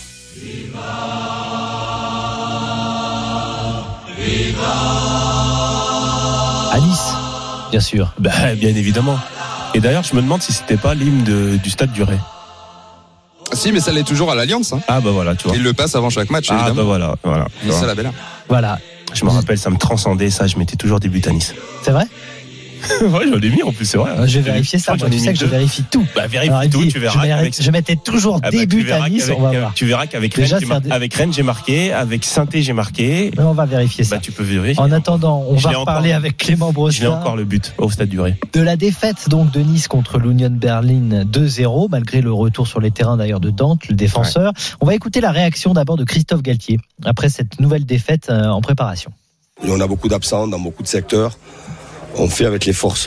Speaker 3: Viva, viva. À Nice, bien sûr.
Speaker 5: Bah, bien évidemment. Et d'ailleurs, je me demande si c'était pas l'hymne de, du Stade du Ray.
Speaker 7: Si, mais ça l'est toujours à l'Alliance. Hein.
Speaker 5: Ah bah voilà, tu vois.
Speaker 7: Il le passe avant chaque match,
Speaker 5: ah,
Speaker 7: évidemment.
Speaker 5: Ah bah voilà, voilà.
Speaker 7: C'est ça la belle.
Speaker 3: Voilà.
Speaker 5: Je me rappelle, ça me transcendait, ça, je mettais toujours des buts à Nice.
Speaker 3: C'est vrai?
Speaker 5: Ouais, j'en ai mis en plus, c'est vrai.
Speaker 3: Euh, je vais vérifier ça. Moi, tu sais que je vérifie tout.
Speaker 5: Bah, vérifie
Speaker 3: Alors,
Speaker 5: tout,
Speaker 3: dit,
Speaker 5: tu verras.
Speaker 3: Je,
Speaker 5: avec...
Speaker 3: je mettais toujours ah, début bah, à Nice, on va voir.
Speaker 5: Tu verras qu'avec Rennes, j'ai, mar... des... avec Rennes, j'ai marqué, avec Saint-Étienne, j'ai marqué.
Speaker 3: Mais on va vérifier ça.
Speaker 5: Bah, tu peux vérifier.
Speaker 3: En attendant, on je va reparler encore... avec Clément Brossard.
Speaker 5: Je l'ai encore le but au Stade du Ré.
Speaker 3: De la défaite donc de Nice contre l'Union Berlin deux zéro, malgré le retour sur les terrains d'ailleurs de Dante, le défenseur. Ouais. On va écouter la réaction d'abord de Christophe Galtier après cette nouvelle défaite en préparation.
Speaker 8: Et on a beaucoup d'absents dans beaucoup de secteurs. On fait avec les forces,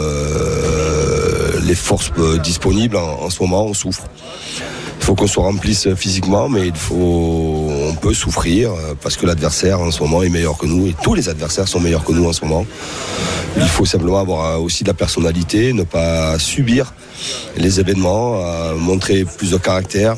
Speaker 8: euh, les forces disponibles en, en ce moment. On souffre. Il faut qu'on se remplisse physiquement, mais il faut, on peut souffrir parce que l'adversaire en ce moment est meilleur que nous et tous les adversaires sont meilleurs que nous en ce moment. Il faut simplement avoir aussi de la personnalité, ne pas subir les événements, montrer plus de caractère.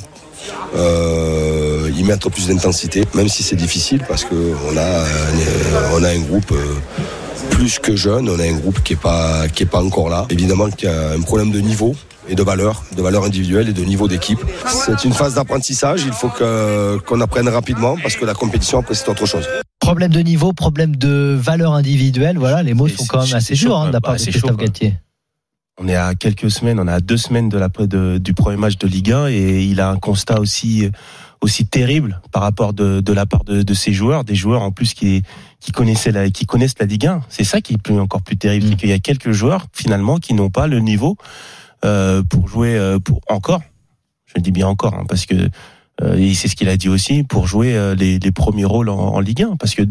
Speaker 8: Euh, y mettre plus d'intensité, même si c'est difficile parce que on a, on a un groupe plus que jeune, on a un groupe qui est pas, qui est pas encore là. Évidemment qu'il y a un problème de niveau et de valeur, de valeur individuelle et de niveau d'équipe. C'est une phase d'apprentissage, il faut que, qu'on apprenne rapidement parce que la compétition après c'est autre chose.
Speaker 3: Problème de niveau, problème de valeur individuelle, voilà, les mots et sont quand même assez durs hein, d'après Christophe Galtier.
Speaker 5: On est à quelques semaines, on est à deux semaines de la, de, du premier match de Ligue un et il a un constat aussi, aussi terrible par rapport de, de la part de, de ses joueurs, des joueurs en plus qui, qui connaissaient la, qui connaissent la Ligue un. C'est ça qui est plus, encore plus terrible, mmh. c'est qu'il y a quelques joueurs finalement qui n'ont pas le niveau euh, pour jouer, euh, pour encore. Je dis bien encore, hein, parce que euh, et c'est ce qu'il a dit aussi pour jouer euh, les, les premiers rôles en, en Ligue un, parce que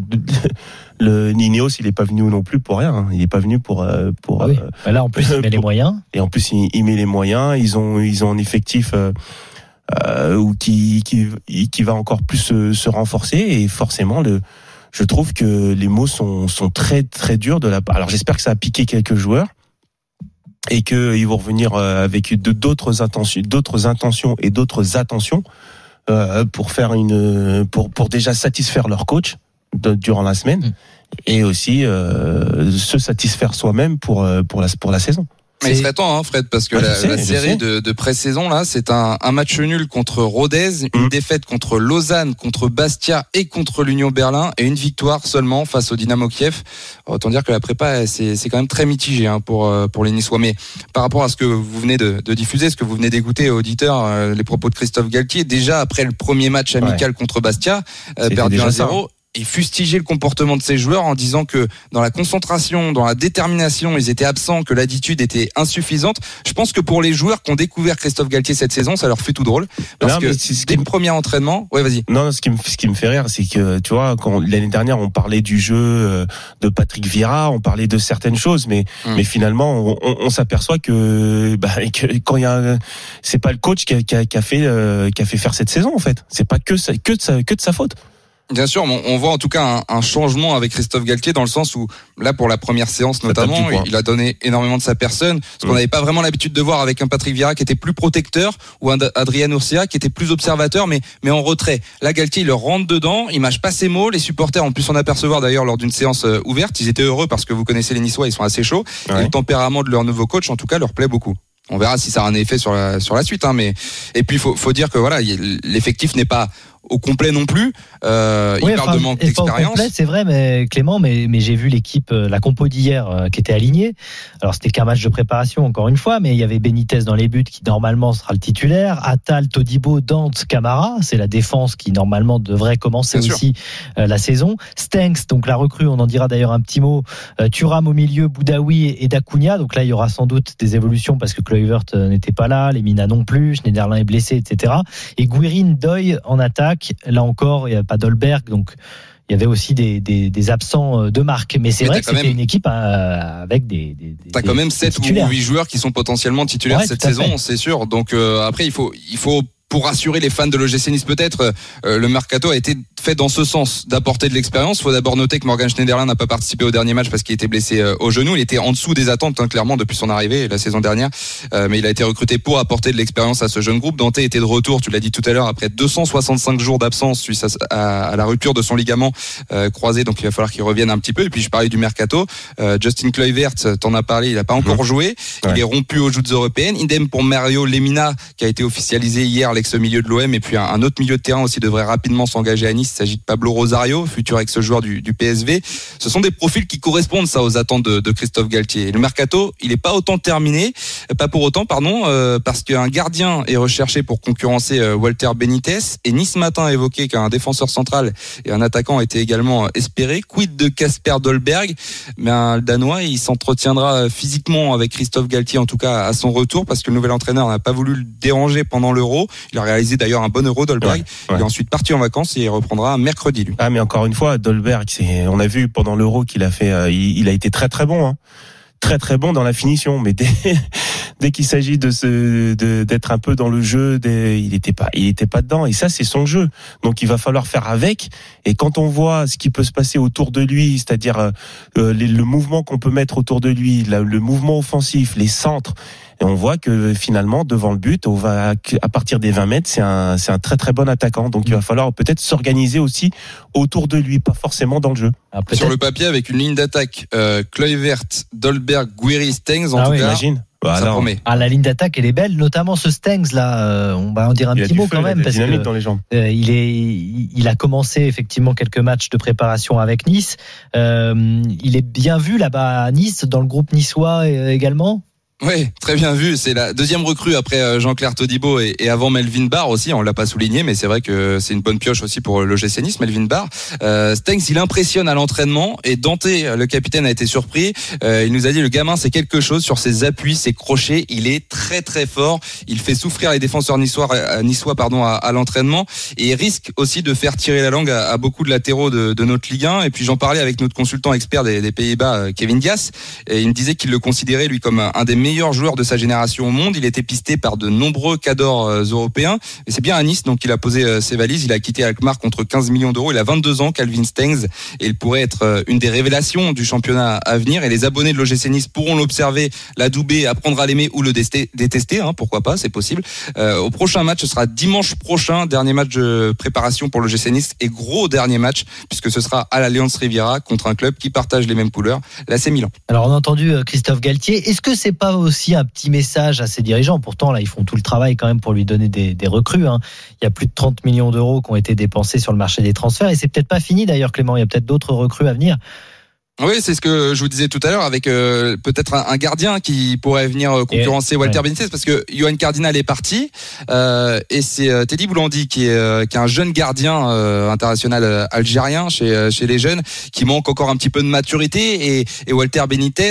Speaker 5: le Nineos il est pas venu non plus pour rien, hein. Il est pas venu pour euh, pour.
Speaker 3: Ah oui. euh, là en plus il met les moyens.
Speaker 5: Et en plus il, il met les moyens. Ils ont ils ont un effectif euh, euh, ou qui qui qui va encore plus se, se renforcer et forcément le. Je trouve que les mots sont sont très très durs de la part. Alors j'espère que ça a piqué quelques joueurs. Et qu'ils vont revenir avec d'autres intentions, d'autres intentions et d'autres attentions euh, pour faire une, pour pour déjà satisfaire leur coach de, durant la semaine mmh. et aussi euh, se satisfaire soi-même pour pour la pour la saison.
Speaker 7: Mais il serait temps, hein, Fred, parce que ah, la, sais, la série de, de pré-saison là, c'est un, un match nul contre Rodez, une mmh. défaite contre Lausanne, contre Bastia et contre l'Union Berlin, et une victoire seulement face au Dynamo Kiev. Autant dire que la prépa, c'est, c'est quand même très mitigé hein, pour pour les Niçois. Mais par rapport à ce que vous venez de, de diffuser, ce que vous venez d'écouter, auditeurs, euh, les propos de Christophe Galtier, déjà après le premier match amical ouais. contre Bastia, euh, perdu un zéro. Et fustiger le comportement de ces joueurs en disant que dans la concentration, dans la détermination, ils étaient absents, que l'attitude était insuffisante. Je pense que pour les joueurs qui ont découvert Christophe Galtier cette saison, ça leur fait tout drôle. Parce non, que c'est dès le premier entraînement, ouais, vas-y.
Speaker 5: Non, ce qui me, ce qui me fait rire, c'est que, tu vois, quand l'année dernière, on parlait du jeu de Patrick Vieira, on parlait de certaines choses, mais, hum. mais finalement, on, on, on s'aperçoit que, bah, que quand il y a, c'est pas le coach qui a, qui a, qui a fait, euh, qui a fait faire cette saison, en fait. C'est pas que, ça, que de sa, que de sa faute.
Speaker 7: Bien sûr, on voit en tout cas un, un changement avec Christophe Galtier dans le sens où là pour la première séance notamment, il a donné énormément de sa personne, ce qu'on n'avait pas vraiment l'habitude de voir avec un Patrick Vieira qui était plus protecteur ou un Adrien Urcia qui était plus observateur mais mais en retrait. Là Galtier il leur rentre dedans, il mâche pas ses mots, les supporters ont pu s'en apercevoir d'ailleurs lors d'une séance ouverte, ils étaient heureux parce que vous connaissez les Niçois, ils sont assez chauds ouais. et le tempérament de leur nouveau coach en tout cas leur plaît beaucoup. On verra si ça a un effet sur la sur la suite hein, mais et puis faut faut dire que voilà, l'effectif n'est pas au complet non plus. Euh, oui, il parle de manque d'expérience.
Speaker 3: Complet, c'est vrai, mais Clément, mais, mais j'ai vu l'équipe, la compo d'hier euh, qui était alignée. Alors c'était qu'un match de préparation, encore une fois, mais il y avait Benitez dans les buts qui normalement sera le titulaire. Attal, Todibo, Dante, Camara, c'est la défense qui normalement devrait commencer Bien aussi euh, la saison. Stenks, donc la recrue, on en dira d'ailleurs un petit mot. Euh, Thuram au milieu, Boudaoui et, et Dacunia. Donc là, il y aura sans doute des évolutions parce que Kluivert euh, n'était pas là, Lemina non plus, Schneiderlin est blessé, et cetera. Et Guirin, Doy en attaque. Là encore, il n'y a pas Dolberg, donc il y avait aussi des, des, des absents de marque. Mais c'est mais vrai que c'était même... une équipe à, avec des. des
Speaker 7: t'as
Speaker 3: des,
Speaker 7: quand même sept ou huit joueurs qui sont potentiellement titulaires ouais, cette saison, fait. C'est sûr. Donc euh, après, il faut, il faut pour rassurer les fans de l'O G C Nice peut-être, euh, le mercato a été fait dans ce sens, d'apporter de l'expérience. Il faut d'abord noter que Morgan Schneiderlin n'a pas participé au dernier match parce qu'il était blessé euh, au genou. Il était en dessous des attentes, hein, clairement, depuis son arrivée la saison dernière. Euh, mais il a été recruté pour apporter de l'expérience à ce jeune groupe. Dante était de retour, tu l'as dit tout à l'heure, après deux cent soixante-cinq jours d'absence suite à, à, à la rupture de son ligament euh, croisé. Donc il va falloir qu'il revienne un petit peu. Et puis je parlais du mercato. Euh, Justin Kluivert, t'en as parlé, il n'a pas encore mmh. joué. Ouais. Il est rompu aux joutes européennes. Idem pour Mario Lemina, qui a été officialisé hier avec ce milieu de l'O M, et puis un, un autre milieu de terrain aussi devrait rapidement s'engager à Nice. Il s'agit de Pablo Rosario, futur ex-joueur du, du P S V. Ce sont des profils qui correspondent ça aux attentes de, de Christophe Galtier. Le mercato, il n'est pas autant terminé, pas pour autant, pardon, euh, parce qu'un gardien est recherché pour concurrencer euh, Walter Benitez, et Nice Matin a évoqué qu'un défenseur central et un attaquant étaient également espérés. Quid de Kasper Dolberg? Mais un, le Danois, il s'entretiendra physiquement avec Christophe Galtier, en tout cas à son retour, parce que le nouvel entraîneur n'a pas voulu le déranger pendant l'Euro. Il a réalisé d'ailleurs un bon Euro, Dolberg. Ouais, ouais. Il est ensuite parti en vacances et il reprendra mercredi, lui.
Speaker 5: Ah, mais encore une fois, Dolberg, c'est, on a vu pendant l'Euro qu'il a fait, euh, il, il a été très très bon, hein. Très très bon dans la finition, mais dès, dès qu'il s'agit de se, de, d'être un peu dans le jeu, des, il était pas, il était pas dedans. Et ça, c'est son jeu. Donc, il va falloir faire avec. Et quand on voit ce qui peut se passer autour de lui, c'est-à-dire euh, les, le mouvement qu'on peut mettre autour de lui, la, le mouvement offensif, les centres, et on voit que finalement, devant le but, on va à partir des vingt mètres, c'est un, c'est un très très bon attaquant. Donc, il va falloir peut-être s'organiser aussi autour de lui, pas forcément dans le jeu.
Speaker 7: Ah, sur le papier, avec une ligne d'attaque, euh, Kluivert, Dolberg, Guiri, Stengs, en
Speaker 3: ah
Speaker 7: tout
Speaker 3: oui,
Speaker 7: cas.
Speaker 5: Imagine.
Speaker 7: Bah, ça promet.
Speaker 3: Ah, la ligne d'attaque, elle est belle, notamment ce Stengs là. Euh, on va en dire un
Speaker 5: il
Speaker 3: petit mot
Speaker 5: feu,
Speaker 3: quand même, parce que
Speaker 5: dans les jambes.
Speaker 3: Euh, il est, il a commencé effectivement quelques matchs de préparation avec Nice. Euh, il est bien vu là-bas à Nice, dans le groupe niçois également.
Speaker 7: Oui, très bien vu. C'est la deuxième recrue après Jean-Claire Todibo et, et avant Melvin Barr aussi. On l'a pas souligné, mais c'est vrai que c'est une bonne pioche aussi pour l'O G C Nice, Melvin Barr. Euh, Stengs, il impressionne à l'entraînement, et Dante, le capitaine, a été surpris. Euh, il nous a dit, le gamin, c'est quelque chose sur ses appuis, ses crochets. Il est très très fort. Il fait souffrir les défenseurs niçois, niçois pardon, à, à l'entraînement, et il risque aussi de faire tirer la langue à, à beaucoup de latéraux de, de notre Ligue un. Et puis j'en parlais avec notre consultant expert des, des Pays-Bas, Kevin Dias, et il me disait qu'il le considérait lui comme un des meilleurs joueur de sa génération au monde. Il était pisté par de nombreux cadors euh, européens, et c'est bien à Nice donc il a posé euh, ses valises. Il a quitté Alkmaar contre quinze millions d'euros. Il a vingt-deux ans, Calvin Stengs, et il pourrait être euh, une des révélations du championnat à venir, et les abonnés de l'O G C Nice pourront l'observer, l'adouber, apprendre à l'aimer ou le détester, détester hein, pourquoi pas, c'est possible. Euh, au prochain match, ce sera dimanche prochain, dernier match de préparation pour l'O G C Nice, et gros dernier match puisque ce sera à l'Allianz Riviera contre un club qui partage les mêmes couleurs, l'A C Milan.
Speaker 3: Alors on a entendu Christophe Galtier. Est-ce que c'est pas aussi un petit message à ses dirigeants? Pourtant là, ils font tout le travail quand même pour lui donner des, des recrues, hein. Il y a plus de trente millions d'euros qui ont été dépensés sur le marché des transferts, et c'est peut-être pas fini d'ailleurs, Clément. Il y a peut-être d'autres recrues à venir.
Speaker 7: Oui, c'est ce que je vous disais tout à l'heure, avec euh, peut-être un, un gardien qui pourrait venir concurrencer et, Walter ouais. Benitez, parce que Johan Cardinal est parti, euh, et c'est euh, Teddy Boulandi qui est, euh, qui est un jeune gardien euh, international euh, algérien chez euh, chez les jeunes, qui manque encore un petit peu de maturité, et, et Walter Benitez,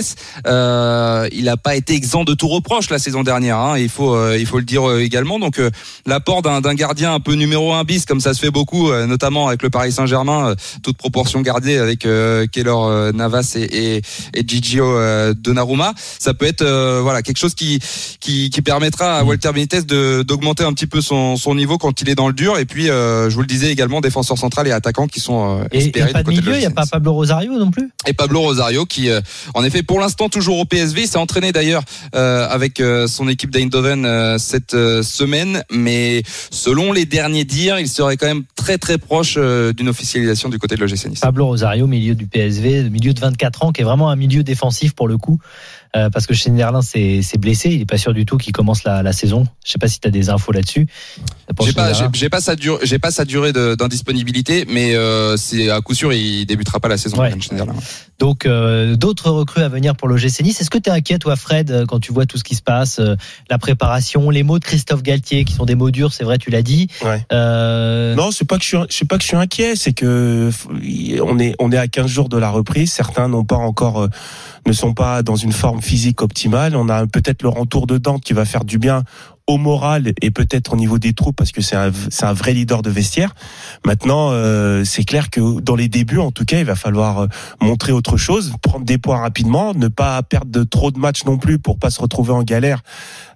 Speaker 7: euh, il n'a pas été exempt de tout reproche la saison dernière, hein, il faut euh, il faut le dire euh, également. Donc euh, l'apport d'un, d'un gardien un peu numéro un bis, comme ça se fait beaucoup, euh, notamment avec le Paris Saint-Germain, euh, toute proportion gardée, avec euh, Keylor euh, Navas et, et, et Gigio euh, Donnarumma, ça peut être euh, voilà quelque chose qui, qui qui permettra à Walter Benitez de d'augmenter un petit peu son son niveau quand il est dans le dur. Et puis euh, je vous le disais également, défenseur central et attaquant qui sont euh, espérés.
Speaker 3: Et, et pas de milieu, il n'y a pas Pablo Rosario non plus.
Speaker 7: Et Pablo Rosario qui euh, en effet pour l'instant toujours au P S V, s'est entraîné d'ailleurs euh, avec euh, son équipe d'Eindhoven euh, cette euh, semaine, mais selon les derniers dires, il serait quand même très très proche euh, d'une officialisation du côté de l'O G C Nice.
Speaker 3: Pablo Rosario, milieu du P S V, milieu de vingt-quatre ans, qui est vraiment un milieu défensif pour le coup, euh, parce que Schneiderlin s'est, s'est blessé, il n'est pas sûr du tout qu'il commence la, la saison. Je ne sais pas si tu as des infos là-dessus.
Speaker 7: J'ai pas, j'ai, j'ai pas sa durée, j'ai pas sa durée de, d'indisponibilité, mais euh, c'est à coup sûr il débutera pas la saison.
Speaker 3: Ouais. Donc euh, d'autres recrues à venir pour l'O G C Nice. Est-ce que tu es inquiet toi, Fred, quand tu vois tout ce qui se passe, euh, la préparation, les mots de Christophe Galtier qui sont des mots durs, c'est vrai, tu l'as dit.
Speaker 5: Ouais.
Speaker 7: Euh...
Speaker 5: Non, c'est pas que je suis, c'est pas que je suis inquiet, c'est que on est on est à quinze jours de la reprise. Certains n'ont pas encore, euh, ne sont pas dans une forme physique optimale. On a peut-être le retour de Dante qui va faire du bien au moral et peut-être au niveau des troupes, parce que c'est un c'est un vrai leader de vestiaire. Maintenant, euh, c'est clair que dans les débuts, en tout cas, il va falloir montrer autre chose, prendre des points rapidement, ne pas perdre de trop de matchs non plus pour pas se retrouver en galère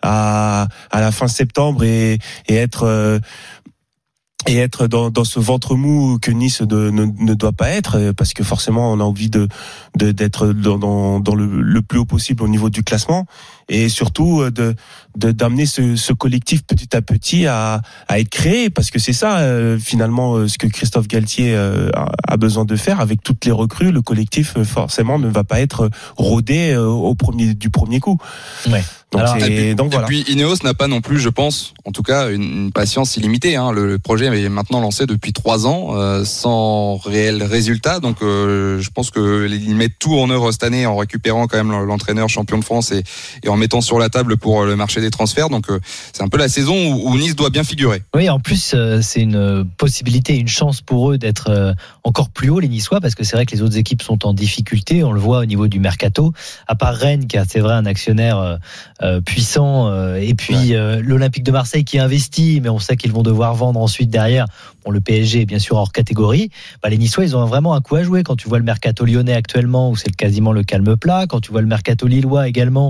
Speaker 5: à à la fin septembre et et être euh, et être dans, dans ce ventre mou que Nice ne, ne, ne doit pas être, parce que forcément on a envie de, de d'être dans, dans, dans le, le plus haut possible au niveau du classement. et surtout de, de d'amener ce, ce collectif petit à petit à, à être créé, parce que c'est ça euh, finalement euh, ce que Christophe Galtier euh, a besoin de faire avec toutes les recrues. Le collectif euh, forcément ne va pas être rodé euh, au premier du premier coup.
Speaker 3: Ouais.
Speaker 5: Donc,
Speaker 7: Alors,
Speaker 5: c'est,
Speaker 7: et puis,
Speaker 5: donc
Speaker 7: et
Speaker 5: voilà.
Speaker 7: puis Ineos n'a pas non plus, je pense, en tout cas, une, une patience illimitée. Hein. Le, le projet est maintenant lancé depuis trois ans, euh, sans réel résultat. Donc, euh, je pense que ils mettent tout en œuvre cette année en récupérant quand même l'entraîneur champion de France et, et en mettant sur la table pour le marché des transferts. Donc, euh, c'est un peu la saison où, où Nice doit bien figurer.
Speaker 3: Oui, en plus, euh, c'est une possibilité, une chance pour eux d'être euh, encore plus haut, les Niçois, parce que c'est vrai que les autres équipes sont en difficulté. On le voit au niveau du mercato. À part Rennes, qui a, c'est vrai, un actionnaire euh, euh, puissant. Et puis euh, l'Olympique de Marseille qui investit, mais on sait qu'ils vont devoir vendre ensuite derrière. Bon, le P S G est bien sûr hors catégorie. Bah, les Niçois, ils ont vraiment un coup à jouer. Quand tu vois le mercato lyonnais actuellement, où c'est quasiment le calme plat. Quand tu vois le mercato lillois également,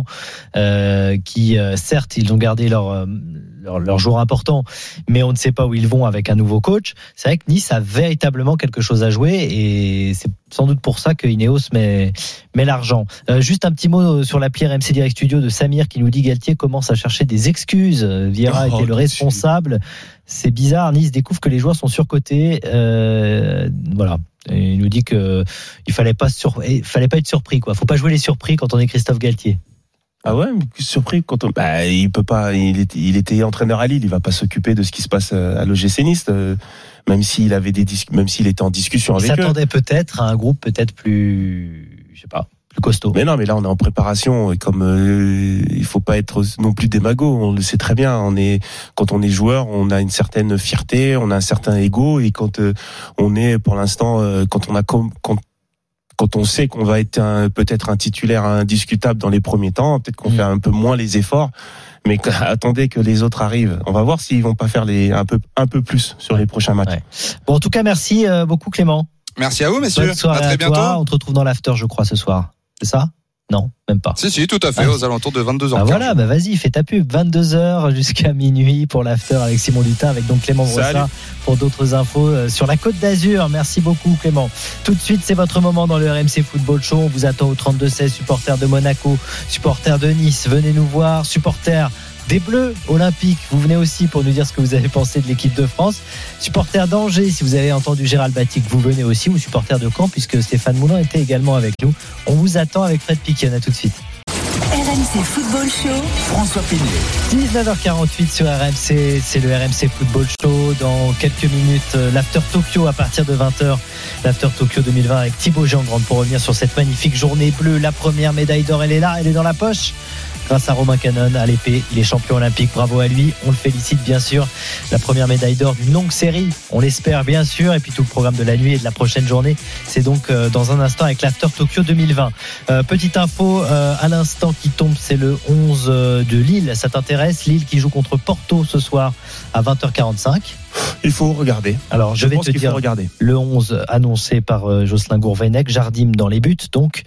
Speaker 3: euh, qui euh, certes, ils ont gardé leur, euh, leur leur joueur important, mais on ne sait pas où ils vont avec un nouveau coach. C'est vrai que Nice a véritablement quelque chose à jouer, et c'est sans doute pour ça que Ineos met, met l'argent. Euh, juste un petit mot sur l'appli R M C Direct Studio de Samir qui nous dit Galtier commence à chercher des excuses. Vieira oh, était le responsable. C'est bizarre. Nice découvre que les joueurs sont surcotés. Euh, voilà. Et il nous dit que il fallait pas sur, il fallait pas être surpris, quoi. Faut pas jouer les surpris quand on est Christophe Galtier.
Speaker 5: Ah ouais, surpris quand on, bah, il peut pas, il était, il était entraîneur à Lille, il va pas s'occuper de ce qui se passe à l'O G C Nice, euh, même s'il avait des dis- même s'il était en discussion avec eux.
Speaker 3: Il s'attendait peut-être à un groupe peut-être plus, je sais pas, plus costaud.
Speaker 5: Mais non, mais là on est en préparation, et comme euh, il faut pas être non plus démago, on le sait très bien. On est, quand on est joueur, on a une certaine fierté, on a un certain ego, et quand euh, on est, pour l'instant, euh, quand on a com- quand Quand on sait qu'on va être un, peut-être un titulaire indiscutable dans les premiers temps, peut-être qu'on mmh. fait un peu moins les efforts. Mais attendez que les autres arrivent. On va voir s'ils vont pas faire les un peu un peu plus sur les prochains matchs.
Speaker 3: Ouais. Bon, en tout cas, merci beaucoup Clément.
Speaker 7: Merci à vous, messieurs.
Speaker 3: Bonne soirée
Speaker 7: à très
Speaker 3: à
Speaker 7: bientôt.
Speaker 3: Toi. On te retrouve dans l'after, je crois, ce soir. C'est ça ? Non, même pas.
Speaker 7: Si, si, tout à fait, ah, aux alentours de vingt-deux heures.
Speaker 3: Ah voilà, bah vas-y, fais ta pub. vingt-deux heures jusqu'à minuit pour l'after avec Simon Dutin, avec donc Clément Brossard pour d'autres infos sur la Côte d'Azur. Merci beaucoup, Clément. Tout de suite, c'est votre moment dans le R M C Football Show. On vous attend au trente-deux seize, supporters de Monaco, supporters de Nice. Venez nous voir, supporters des Bleus Olympiques, vous venez aussi pour nous dire ce que vous avez pensé de l'équipe de France. Supporters d'Angers, si vous avez entendu Gérald Batic, vous venez aussi, ou supporters de Caen, puisque Stéphane Moulin était également avec nous. On vous attend avec Fred Piquion, à tout de suite.
Speaker 1: R M C Football Show,
Speaker 2: François Pigné.
Speaker 3: dix-neuf heures quarante-huit sur R M C, c'est le R M C Football Show. Dans quelques minutes, l'After Tokyo à partir de vingt heures. L'After Tokyo deux mille vingt avec Thibaut Jean-Grande pour revenir sur cette magnifique journée bleue. La première médaille d'or, elle est là, elle est dans la poche. Grâce à Romain Canon à l'épée, il est champion olympique, bravo à lui, on le félicite bien sûr. La première médaille d'or d'une longue série, on l'espère bien sûr, et puis tout le programme de la nuit et de la prochaine journée, c'est donc euh, dans un instant avec l'After Tokyo deux mille vingt. Euh, petite info euh, à l'instant qui tombe, c'est le onze de Lille, ça t'intéresse? Lille qui joue contre Porto ce soir à vingt heures quarante-cinq.
Speaker 5: Il faut regarder.
Speaker 3: Alors je, je vais
Speaker 5: pense
Speaker 3: te
Speaker 5: qu'il
Speaker 3: dire
Speaker 5: faut regarder.
Speaker 3: Le onze annoncé par euh, Jocelyn Gourvenec, Jardim dans les buts, donc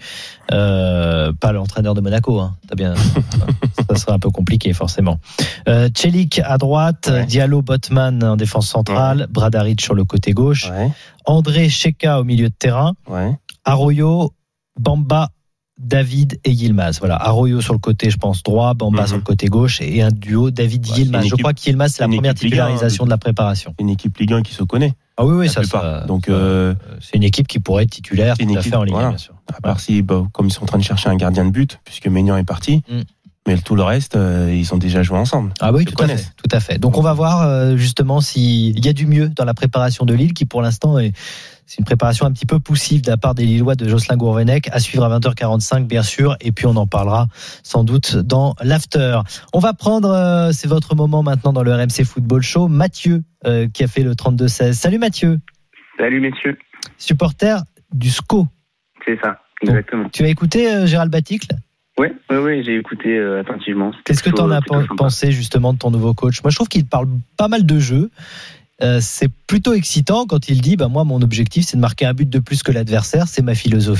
Speaker 3: euh, pas l'entraîneur de Monaco. Hein. T'as bien, ça sera un peu compliqué forcément. Euh, Celik à droite, ouais. Diallo, Botman en défense centrale, ouais. Bradaric sur le côté gauche, ouais. André Cheka au milieu de terrain, ouais. Arroyo, Bamba, David et Yilmaz. Voilà, Arroyo sur le côté, je pense, droit, Bamba mm-hmm. sur le côté gauche, et un duo David-Yilmaz. Ouais, je crois qu'Yilmaz, c'est la première titularisation de la préparation.
Speaker 5: Une équipe Ligue un qui se connaît.
Speaker 3: Ah oui, oui, ça, ça. Donc, euh, c'est une équipe qui pourrait être titulaire tout à fait en Ligue un, voilà. Bien sûr.
Speaker 5: À part si, bah, comme ils sont en train de chercher un gardien de but, puisque Maignan est parti. Mm. Mais tout le reste, euh, ils ont déjà joué ensemble.
Speaker 3: Ah oui, tout à, fait, tout à fait. Donc on va voir euh, justement s'il y a du mieux dans la préparation de Lille, qui pour l'instant est c'est une préparation un petit peu poussive de la part des Lillois de Jocelyn Gourvenec, à suivre à vingt heures quarante-cinq bien sûr, et puis on en parlera sans doute dans l'after. On va prendre, euh, c'est votre moment maintenant dans le R M C Football Show, Mathieu euh, qui a fait le trente-deux seize. Salut Mathieu.
Speaker 9: Salut messieurs.
Speaker 3: Supporter du S C O.
Speaker 9: C'est ça, exactement.
Speaker 3: Donc, tu as écouté euh, Gérald Batic là ?
Speaker 9: Oui, ouais, ouais, j'ai écouté euh, attentivement. C'était
Speaker 3: Qu'est-ce que tu en as p- pensé justement de ton nouveau coach ? Moi, je trouve qu'il parle pas mal de jeux. Euh, c'est plutôt excitant quand il dit bah, « moi, mon objectif, c'est de marquer un but de plus que l'adversaire. C'est ma philosophie. »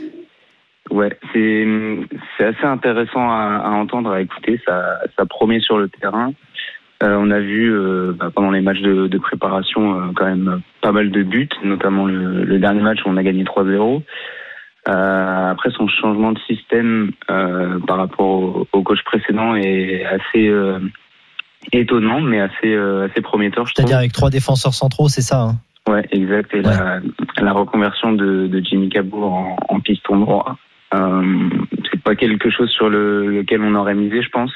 Speaker 9: Ouais, c'est, c'est assez intéressant à, à entendre, à écouter. Ça, ça promet sur le terrain. Euh, on a vu euh, bah, pendant les matchs de, de préparation euh, quand même pas mal de buts, notamment le, le dernier match où on a gagné trois zéro. Euh, après, son changement de système euh, par rapport au, au coach précédent est assez euh, étonnant, mais assez euh, assez prometteur. Je
Speaker 3: C'est-à-dire
Speaker 9: trouve.
Speaker 3: avec trois défenseurs centraux, c'est ça hein
Speaker 9: Ouais, exact. Et
Speaker 3: ouais.
Speaker 9: la, la reconversion de, de Jimmy Cabot en, en piston droit, euh, c'est pas quelque chose sur le, lequel on aurait misé, je pense,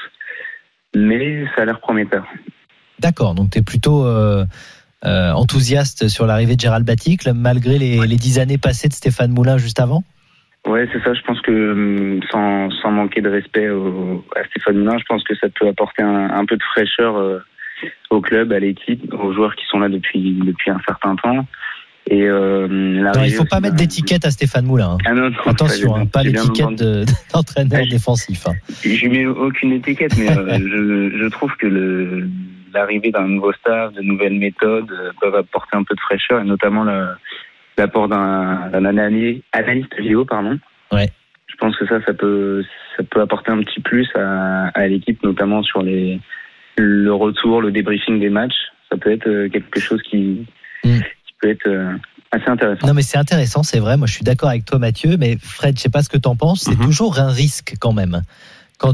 Speaker 9: mais ça a l'air prometteur.
Speaker 3: D'accord, donc tu es plutôt euh, euh, enthousiaste sur l'arrivée de Gérald Baticle, malgré les, les dix années passées de Stéphane Moulin juste avant.
Speaker 9: Ouais, c'est ça. Je pense que sans, sans manquer de respect au, à Stéphane Moulin, je pense que ça peut apporter un, un peu de fraîcheur euh, au club, à l'équipe, aux joueurs qui sont là depuis depuis un certain temps. Et euh,
Speaker 3: non, il faut pas mettre d'étiquette à Stéphane Moulin. Hein.
Speaker 9: Ah non, non,
Speaker 3: attention,
Speaker 9: pas,
Speaker 3: hein, pas l'étiquette de, d'entraîneur
Speaker 9: je,
Speaker 3: défensif. Hein.
Speaker 9: Je mets aucune étiquette, mais euh, je, je trouve que le, l'arrivée d'un nouveau staff, de nouvelles méthodes euh, peuvent apporter un peu de fraîcheur, et notamment le, l'apport d'un, d'un analyste, analyste vidéo, pardon.
Speaker 3: Ouais.
Speaker 9: Je pense que ça, ça peut, ça peut apporter un petit plus à, à l'équipe, notamment sur les, le retour, le débriefing des matchs. Ça peut être quelque chose qui, mm. qui peut être assez intéressant.
Speaker 3: Non, mais c'est intéressant, c'est vrai. Moi, je suis d'accord avec toi, Mathieu. Mais Fred, je sais pas ce que t'en penses. C'est mm-hmm. toujours un risque quand même. Quand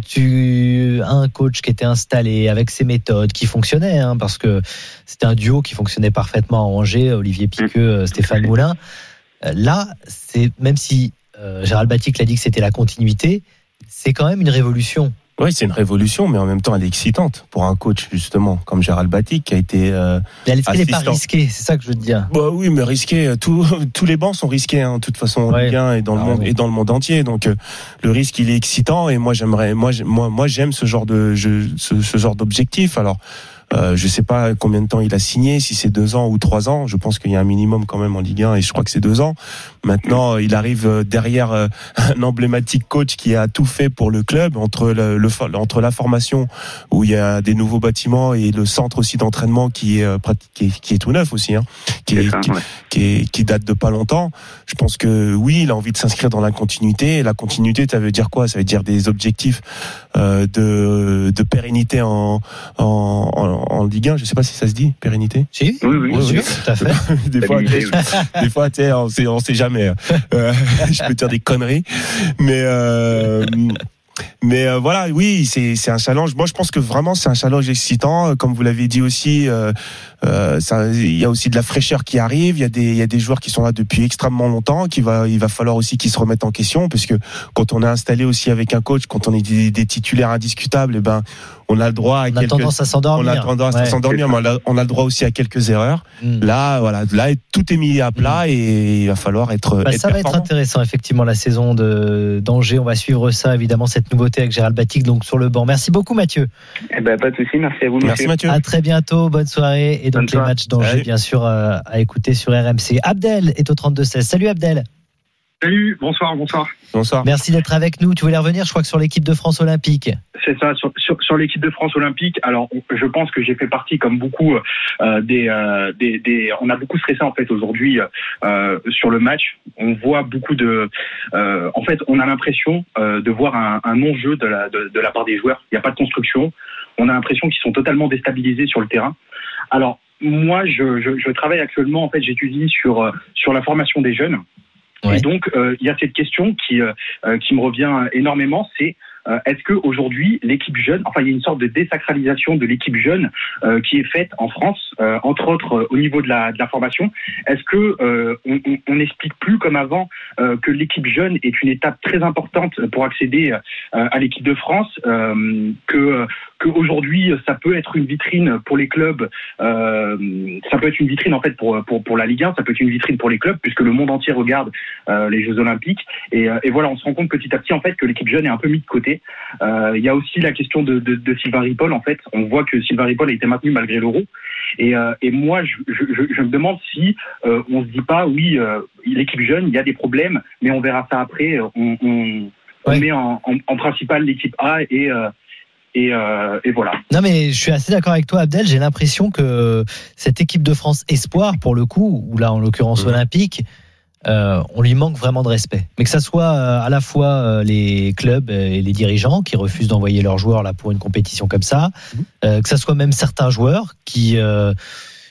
Speaker 3: tu as un coach qui était installé avec ses méthodes, qui fonctionnaient, hein, parce que c'était un duo qui fonctionnait parfaitement à Angers, Olivier Piqueux, mm. Stéphane Moulin. Là, c'est même si euh, Gérald Baticle a dit que c'était la continuité, c'est quand même une révolution.
Speaker 5: Oui, c'est une révolution, mais en même temps, elle est excitante pour un coach, justement, comme Gérald Baticle, qui a été euh,
Speaker 3: mais est-ce qu'elle n'est pas risquée, c'est ça que je veux te dire.
Speaker 5: Bah oui, mais risqué, tout, tous les bancs sont risqués, hein, de toute façon, en ouais. Ligue un et dans, ah, le monde, oui. et dans le monde entier. Donc, euh, le risque, il est excitant, et moi, j'aimerais, moi, moi, moi j'aime ce genre de, je, ce, ce genre d'objectif. Alors, Euh, je sais pas combien de temps il a signé, si c'est deux ans ou trois ans. Je pense qu'il y a un minimum quand même en Ligue un et je crois que c'est deux ans. Maintenant, il arrive derrière un emblématique coach qui a tout fait pour le club, entre le, le entre la formation où il y a des nouveaux bâtiments et le centre aussi d'entraînement qui est qui est, qui est tout neuf aussi, hein, qui, est, qui, qui, est, qui date de pas longtemps. Je pense que oui, il a envie de s'inscrire dans la continuité. La continuité, ça veut dire quoi ? Ça veut dire des objectifs euh, de de pérennité en en, en en Ligue un, je sais pas si ça se dit, pérennité.
Speaker 3: Si, oui, oui, oui, oui. Tout à fait.
Speaker 5: des fois, des, des fois, tu sais, on sait, on sait jamais. Euh, je peux dire des conneries, mais euh, mais euh, voilà, oui, c'est c'est un challenge. Moi, je pense que vraiment, c'est un challenge excitant, comme vous l'avez dit aussi. Euh, euh, ça, il y a aussi de la fraîcheur qui arrive. Il y a des il y a des joueurs qui sont là depuis extrêmement longtemps. Qui va il va falloir aussi qu'ils se remettent en question, parce que quand on est installé aussi avec un coach, quand on est des, des titulaires indiscutables, et ben on a le droit à
Speaker 3: on
Speaker 5: quelques,
Speaker 3: a tendance à s'endormir.
Speaker 5: On a tendance
Speaker 3: ouais.
Speaker 5: à s'endormir, mais on a, on a le droit aussi à quelques erreurs. Mm. Là, voilà, là, tout est mis à plat mm. et il va falloir être.
Speaker 3: Bah,
Speaker 5: être
Speaker 3: ça
Speaker 5: performant.
Speaker 3: va être intéressant, effectivement, la saison de d'Angers. On va suivre ça, évidemment, cette nouveauté avec Gérald Baticle, donc sur le banc. Merci beaucoup, Mathieu.
Speaker 9: Eh ben, pas de souci. Merci à vous,
Speaker 5: Merci, Mathieu.
Speaker 3: À très bientôt. Bonne soirée. Et donc, Bonne les soirée. matchs d'Angers, Salut. bien sûr, euh, à écouter sur R M C. Abdel est au trente-deux seize. Salut, Abdel.
Speaker 10: Salut, bonsoir, bonsoir.
Speaker 5: Bonsoir.
Speaker 3: Merci d'être avec nous. Tu voulais revenir, je crois, que sur l'équipe de France olympique.
Speaker 10: C'est ça, sur, sur, sur l'équipe de France olympique. Alors, je pense que j'ai fait partie, comme beaucoup, euh, des, euh, des, des. On a beaucoup stressé en fait aujourd'hui euh, sur le match. On voit beaucoup de. Euh, en fait, on a l'impression euh, de voir un, un non-jeu de la de, de la part des joueurs. Il n'y a pas de construction. On a l'impression qu'ils sont totalement déstabilisés sur le terrain. Alors, moi, je, je, je travaille actuellement. En fait, j'étudie sur sur la formation des jeunes. Ouais. Et donc, euh, il y a cette question qui euh, qui me revient énormément, c'est euh, est-ce que aujourd'hui l'équipe jeune, enfin il y a une sorte de désacralisation de l'équipe jeune euh, qui est faite en France, euh, entre autres euh, au niveau de la de la formation. Est-ce que euh, on, on n'explique plus comme avant euh, que l'équipe jeune est une étape très importante pour accéder euh, à l'équipe de France, euh, que qu'aujourd'hui ça peut être une vitrine pour les clubs, euh, ça peut être une vitrine en fait pour pour pour la Ligue un, ça peut être une vitrine pour les clubs puisque le monde entier regarde euh, les Jeux Olympiques et, et voilà, on se rend compte petit à petit en fait que l'équipe jeune est un peu mise de côté. Euh, il y a aussi la question de, de, de Sylvain Ripoll en fait, on voit que Sylvain Ripoll a été maintenu malgré l'Euro et, euh, et moi je, je, je me demande si euh, on se dit pas oui euh, l'équipe jeune il y a des problèmes mais on verra ça après, on, on, on ouais. met en, en, en principal l'équipe A et euh, Et, euh, et voilà.
Speaker 3: Non mais je suis assez d'accord avec toi, Abdel. J'ai l'impression que cette équipe de France espoir, pour le coup, ou là en l'occurrence mmh. olympique, euh, on lui manque vraiment de respect. Mais que ça soit à la fois les clubs et les dirigeants qui refusent d'envoyer leurs joueurs là pour une compétition comme ça, mmh. euh, que ça soit même certains joueurs qui euh,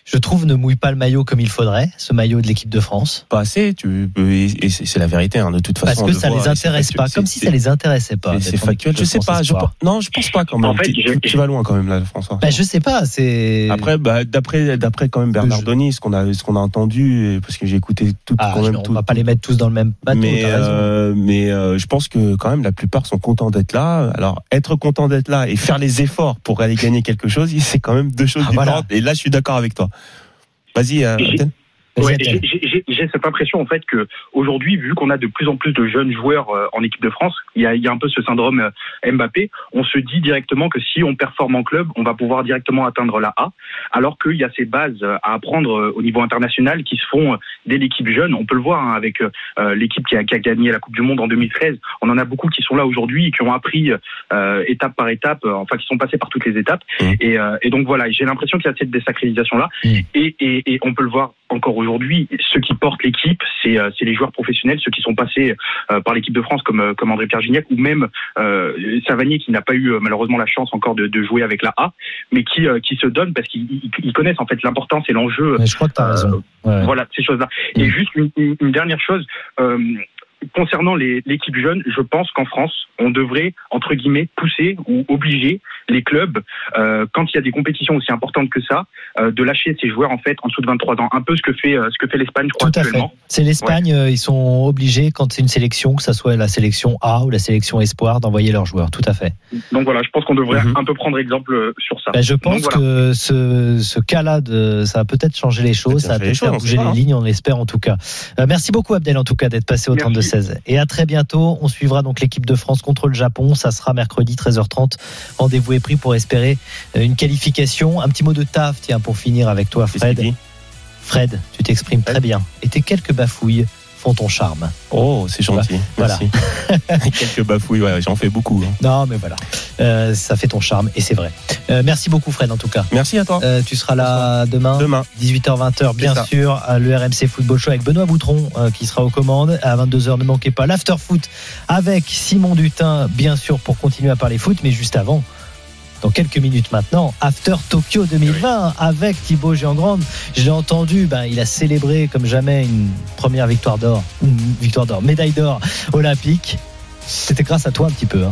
Speaker 3: je trouve, ne mouille pas le maillot comme il faudrait, ce maillot de l'équipe de France.
Speaker 5: Pas assez, tu, et c'est, c'est la vérité, hein, de toute façon.
Speaker 3: Parce que ça voit, les intéresse pas, comme si ça les intéressait pas.
Speaker 5: C'est, c'est factuel, je sais pas, je, non, je pense pas quand même. En fait, tu, je... tu vas loin quand même là, François.
Speaker 3: Bah, je sais pas, c'est.
Speaker 5: Après, bah, d'après, d'après quand même Bernardoni, ce qu'on a, ce qu'on a entendu, parce que j'ai écouté tout,
Speaker 3: ah,
Speaker 5: quand même.
Speaker 3: On
Speaker 5: tout,
Speaker 3: va pas les mettre tous dans le même bateau.
Speaker 5: Mais, euh, mais euh, je pense que quand même la plupart sont contents d'être là. Alors, être content d'être là et faire les efforts pour aller gagner quelque chose, c'est quand même deux choses ah, différentes. Voilà. Et là, je suis d'accord avec toi. Vas-y, euh,
Speaker 10: Ouais, j'ai, j'ai, j'ai cette impression en fait que aujourd'hui, vu qu'on a de plus en plus de jeunes joueurs euh, en équipe de France, il y a, il y a un peu ce syndrome euh, Mbappé. On se dit directement que si on performe en club, on va pouvoir directement atteindre la A, alors qu'il y a ces bases à apprendre euh, au niveau international qui se font euh, dès l'équipe jeune. On peut le voir hein, avec euh, l'équipe qui a, qui a gagné la Coupe du Monde en deux mille treize. On en a beaucoup qui sont là aujourd'hui et qui ont appris euh, étape par étape, euh, enfin qui sont passés par toutes les étapes. Mmh. Et, euh, et donc voilà, j'ai l'impression qu'il y a cette désacralisation là. Mmh. Et, et, et on peut le voir encore aujourd'hui, ceux qui portent l'équipe, c'est, euh, c'est les joueurs professionnels, ceux qui sont passés euh, par l'équipe de France comme, euh, comme André-Pierre Gignac ou même euh, Savanier qui n'a pas eu euh, malheureusement la chance encore de, de jouer avec la A, mais qui, euh, qui se donnent parce qu'ils ils connaissent en fait l'importance et l'enjeu.
Speaker 3: Mais je crois que tu as raison.
Speaker 10: Euh, ouais. Voilà, ces choses-là. Mmh. Et juste une, une, une dernière chose. Euh, Concernant les, l'équipe jeune, je pense qu'en France, on devrait, entre guillemets, pousser ou obliger les clubs, euh, quand il y a des compétitions aussi importantes que ça, euh, de lâcher ces joueurs en fait en dessous de vingt-trois ans. Un peu ce que fait, euh, ce que fait l'Espagne, je crois,
Speaker 3: Tout à
Speaker 10: actuellement.
Speaker 3: Fait. C'est l'Espagne, ouais. euh, ils sont obligés, quand c'est une sélection, que ça soit la sélection A ou la sélection Espoir, d'envoyer leurs joueurs. Tout à fait.
Speaker 10: Donc voilà, je pense qu'on devrait mm-hmm. un peu prendre exemple sur ça.
Speaker 3: Ben, je pense
Speaker 10: Donc,
Speaker 3: que
Speaker 10: voilà.
Speaker 3: ce, ce cas-là, de, ça va peut-être changer les choses, ça va peut-être faire bouger les lignes, on l'espère en tout cas. Euh, merci beaucoup Abdel en tout cas d'être passé au trente-deux seize. Et à très bientôt, on suivra donc l'équipe de France contre le Japon, ça sera mercredi treize heures trente. Rendez-vous est pris pour espérer une qualification. Un petit mot de taf, tiens, pour finir avec toi Fred. Fred, tu t'exprimes très bien. Et tes quelques bafouilles font ton charme.
Speaker 5: Oh, c'est gentil.
Speaker 3: Voilà.
Speaker 5: Merci. Quelques bafouilles, ouais, j'en fais beaucoup. Hein.
Speaker 3: Non, mais voilà. Euh, ça fait ton charme et c'est vrai. Euh, merci beaucoup, Fred, en tout cas.
Speaker 5: Merci à toi.
Speaker 3: Euh, tu seras là demain.
Speaker 5: Demain.
Speaker 3: dix-huit heures vingt, bien sûr. Le R M C Football Show avec Benoît Boutron euh, qui sera aux commandes. À vingt-deux heures, ne manquez pas l'After Foot avec Simon Dutin, bien sûr, pour continuer à parler foot. Mais juste avant, dans quelques minutes maintenant, After Tokyo deux mille vingt oui. avec Thibaut Giangrande. Je l'ai entendu, ben, il a célébré comme jamais une première victoire d'or, une victoire d'or, médaille d'or olympique. C'était grâce à toi un petit peu. Hein.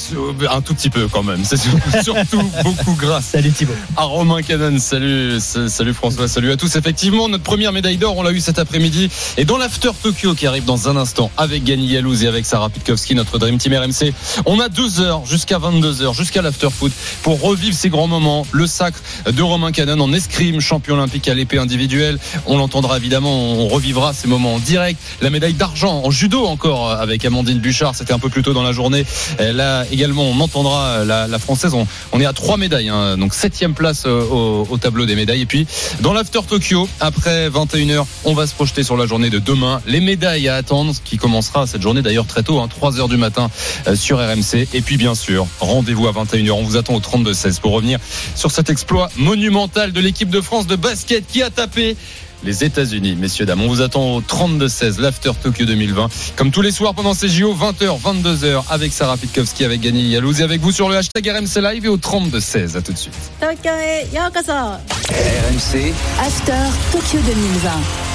Speaker 11: Un tout petit peu quand même. C'est surtout beaucoup grâce.
Speaker 3: Salut Thibaut.
Speaker 11: À Romain Canon. Salut, salut François. Salut à tous. Effectivement, notre première médaille d'or, on l'a eu cet après-midi. Et dans l'After Tokyo qui arrive dans un instant avec Gani Yalouz et avec Sarah Pitkowski, notre Dream Team R M C, on a deux heures jusqu'à vingt-deux heures, jusqu'à l'After Foot pour revivre ces grands moments. Le sacre de Romain Canon en escrime, champion olympique à l'épée individuelle. On l'entendra évidemment, on revivra ces moments en direct. La médaille d'argent en judo encore avec Amandine Bouchard. C'était un peu plus tôt dans la journée. Là également, on entendra la, la française. On, on est à trois médailles, hein, donc septième place au, au tableau des médailles. Et puis, dans l'After Tokyo, après vingt et une heures, on va se projeter sur la journée de demain. Les médailles à attendre, qui commencera cette journée d'ailleurs très tôt, hein, trois heures du matin euh, sur R M C. Et puis, bien sûr, rendez-vous à vingt et une heures. On vous attend au trente-deux seize pour revenir sur cet exploit monumental de l'équipe de France de basket qui a tapé les États-Unis, messieurs, dames. On vous attend au trente-deux seize, l'After Tokyo deux mille vingt. Comme tous les soirs pendant ces J O, vingt heures, vingt-deux heures, avec Sarah Pitkowski, avec Gani Yalouz et avec vous sur le hashtag R M C Live et au trente-deux seize. À tout de suite.
Speaker 1: Tokyo e yokoso.
Speaker 2: R M C
Speaker 1: After Tokyo deux mille vingt.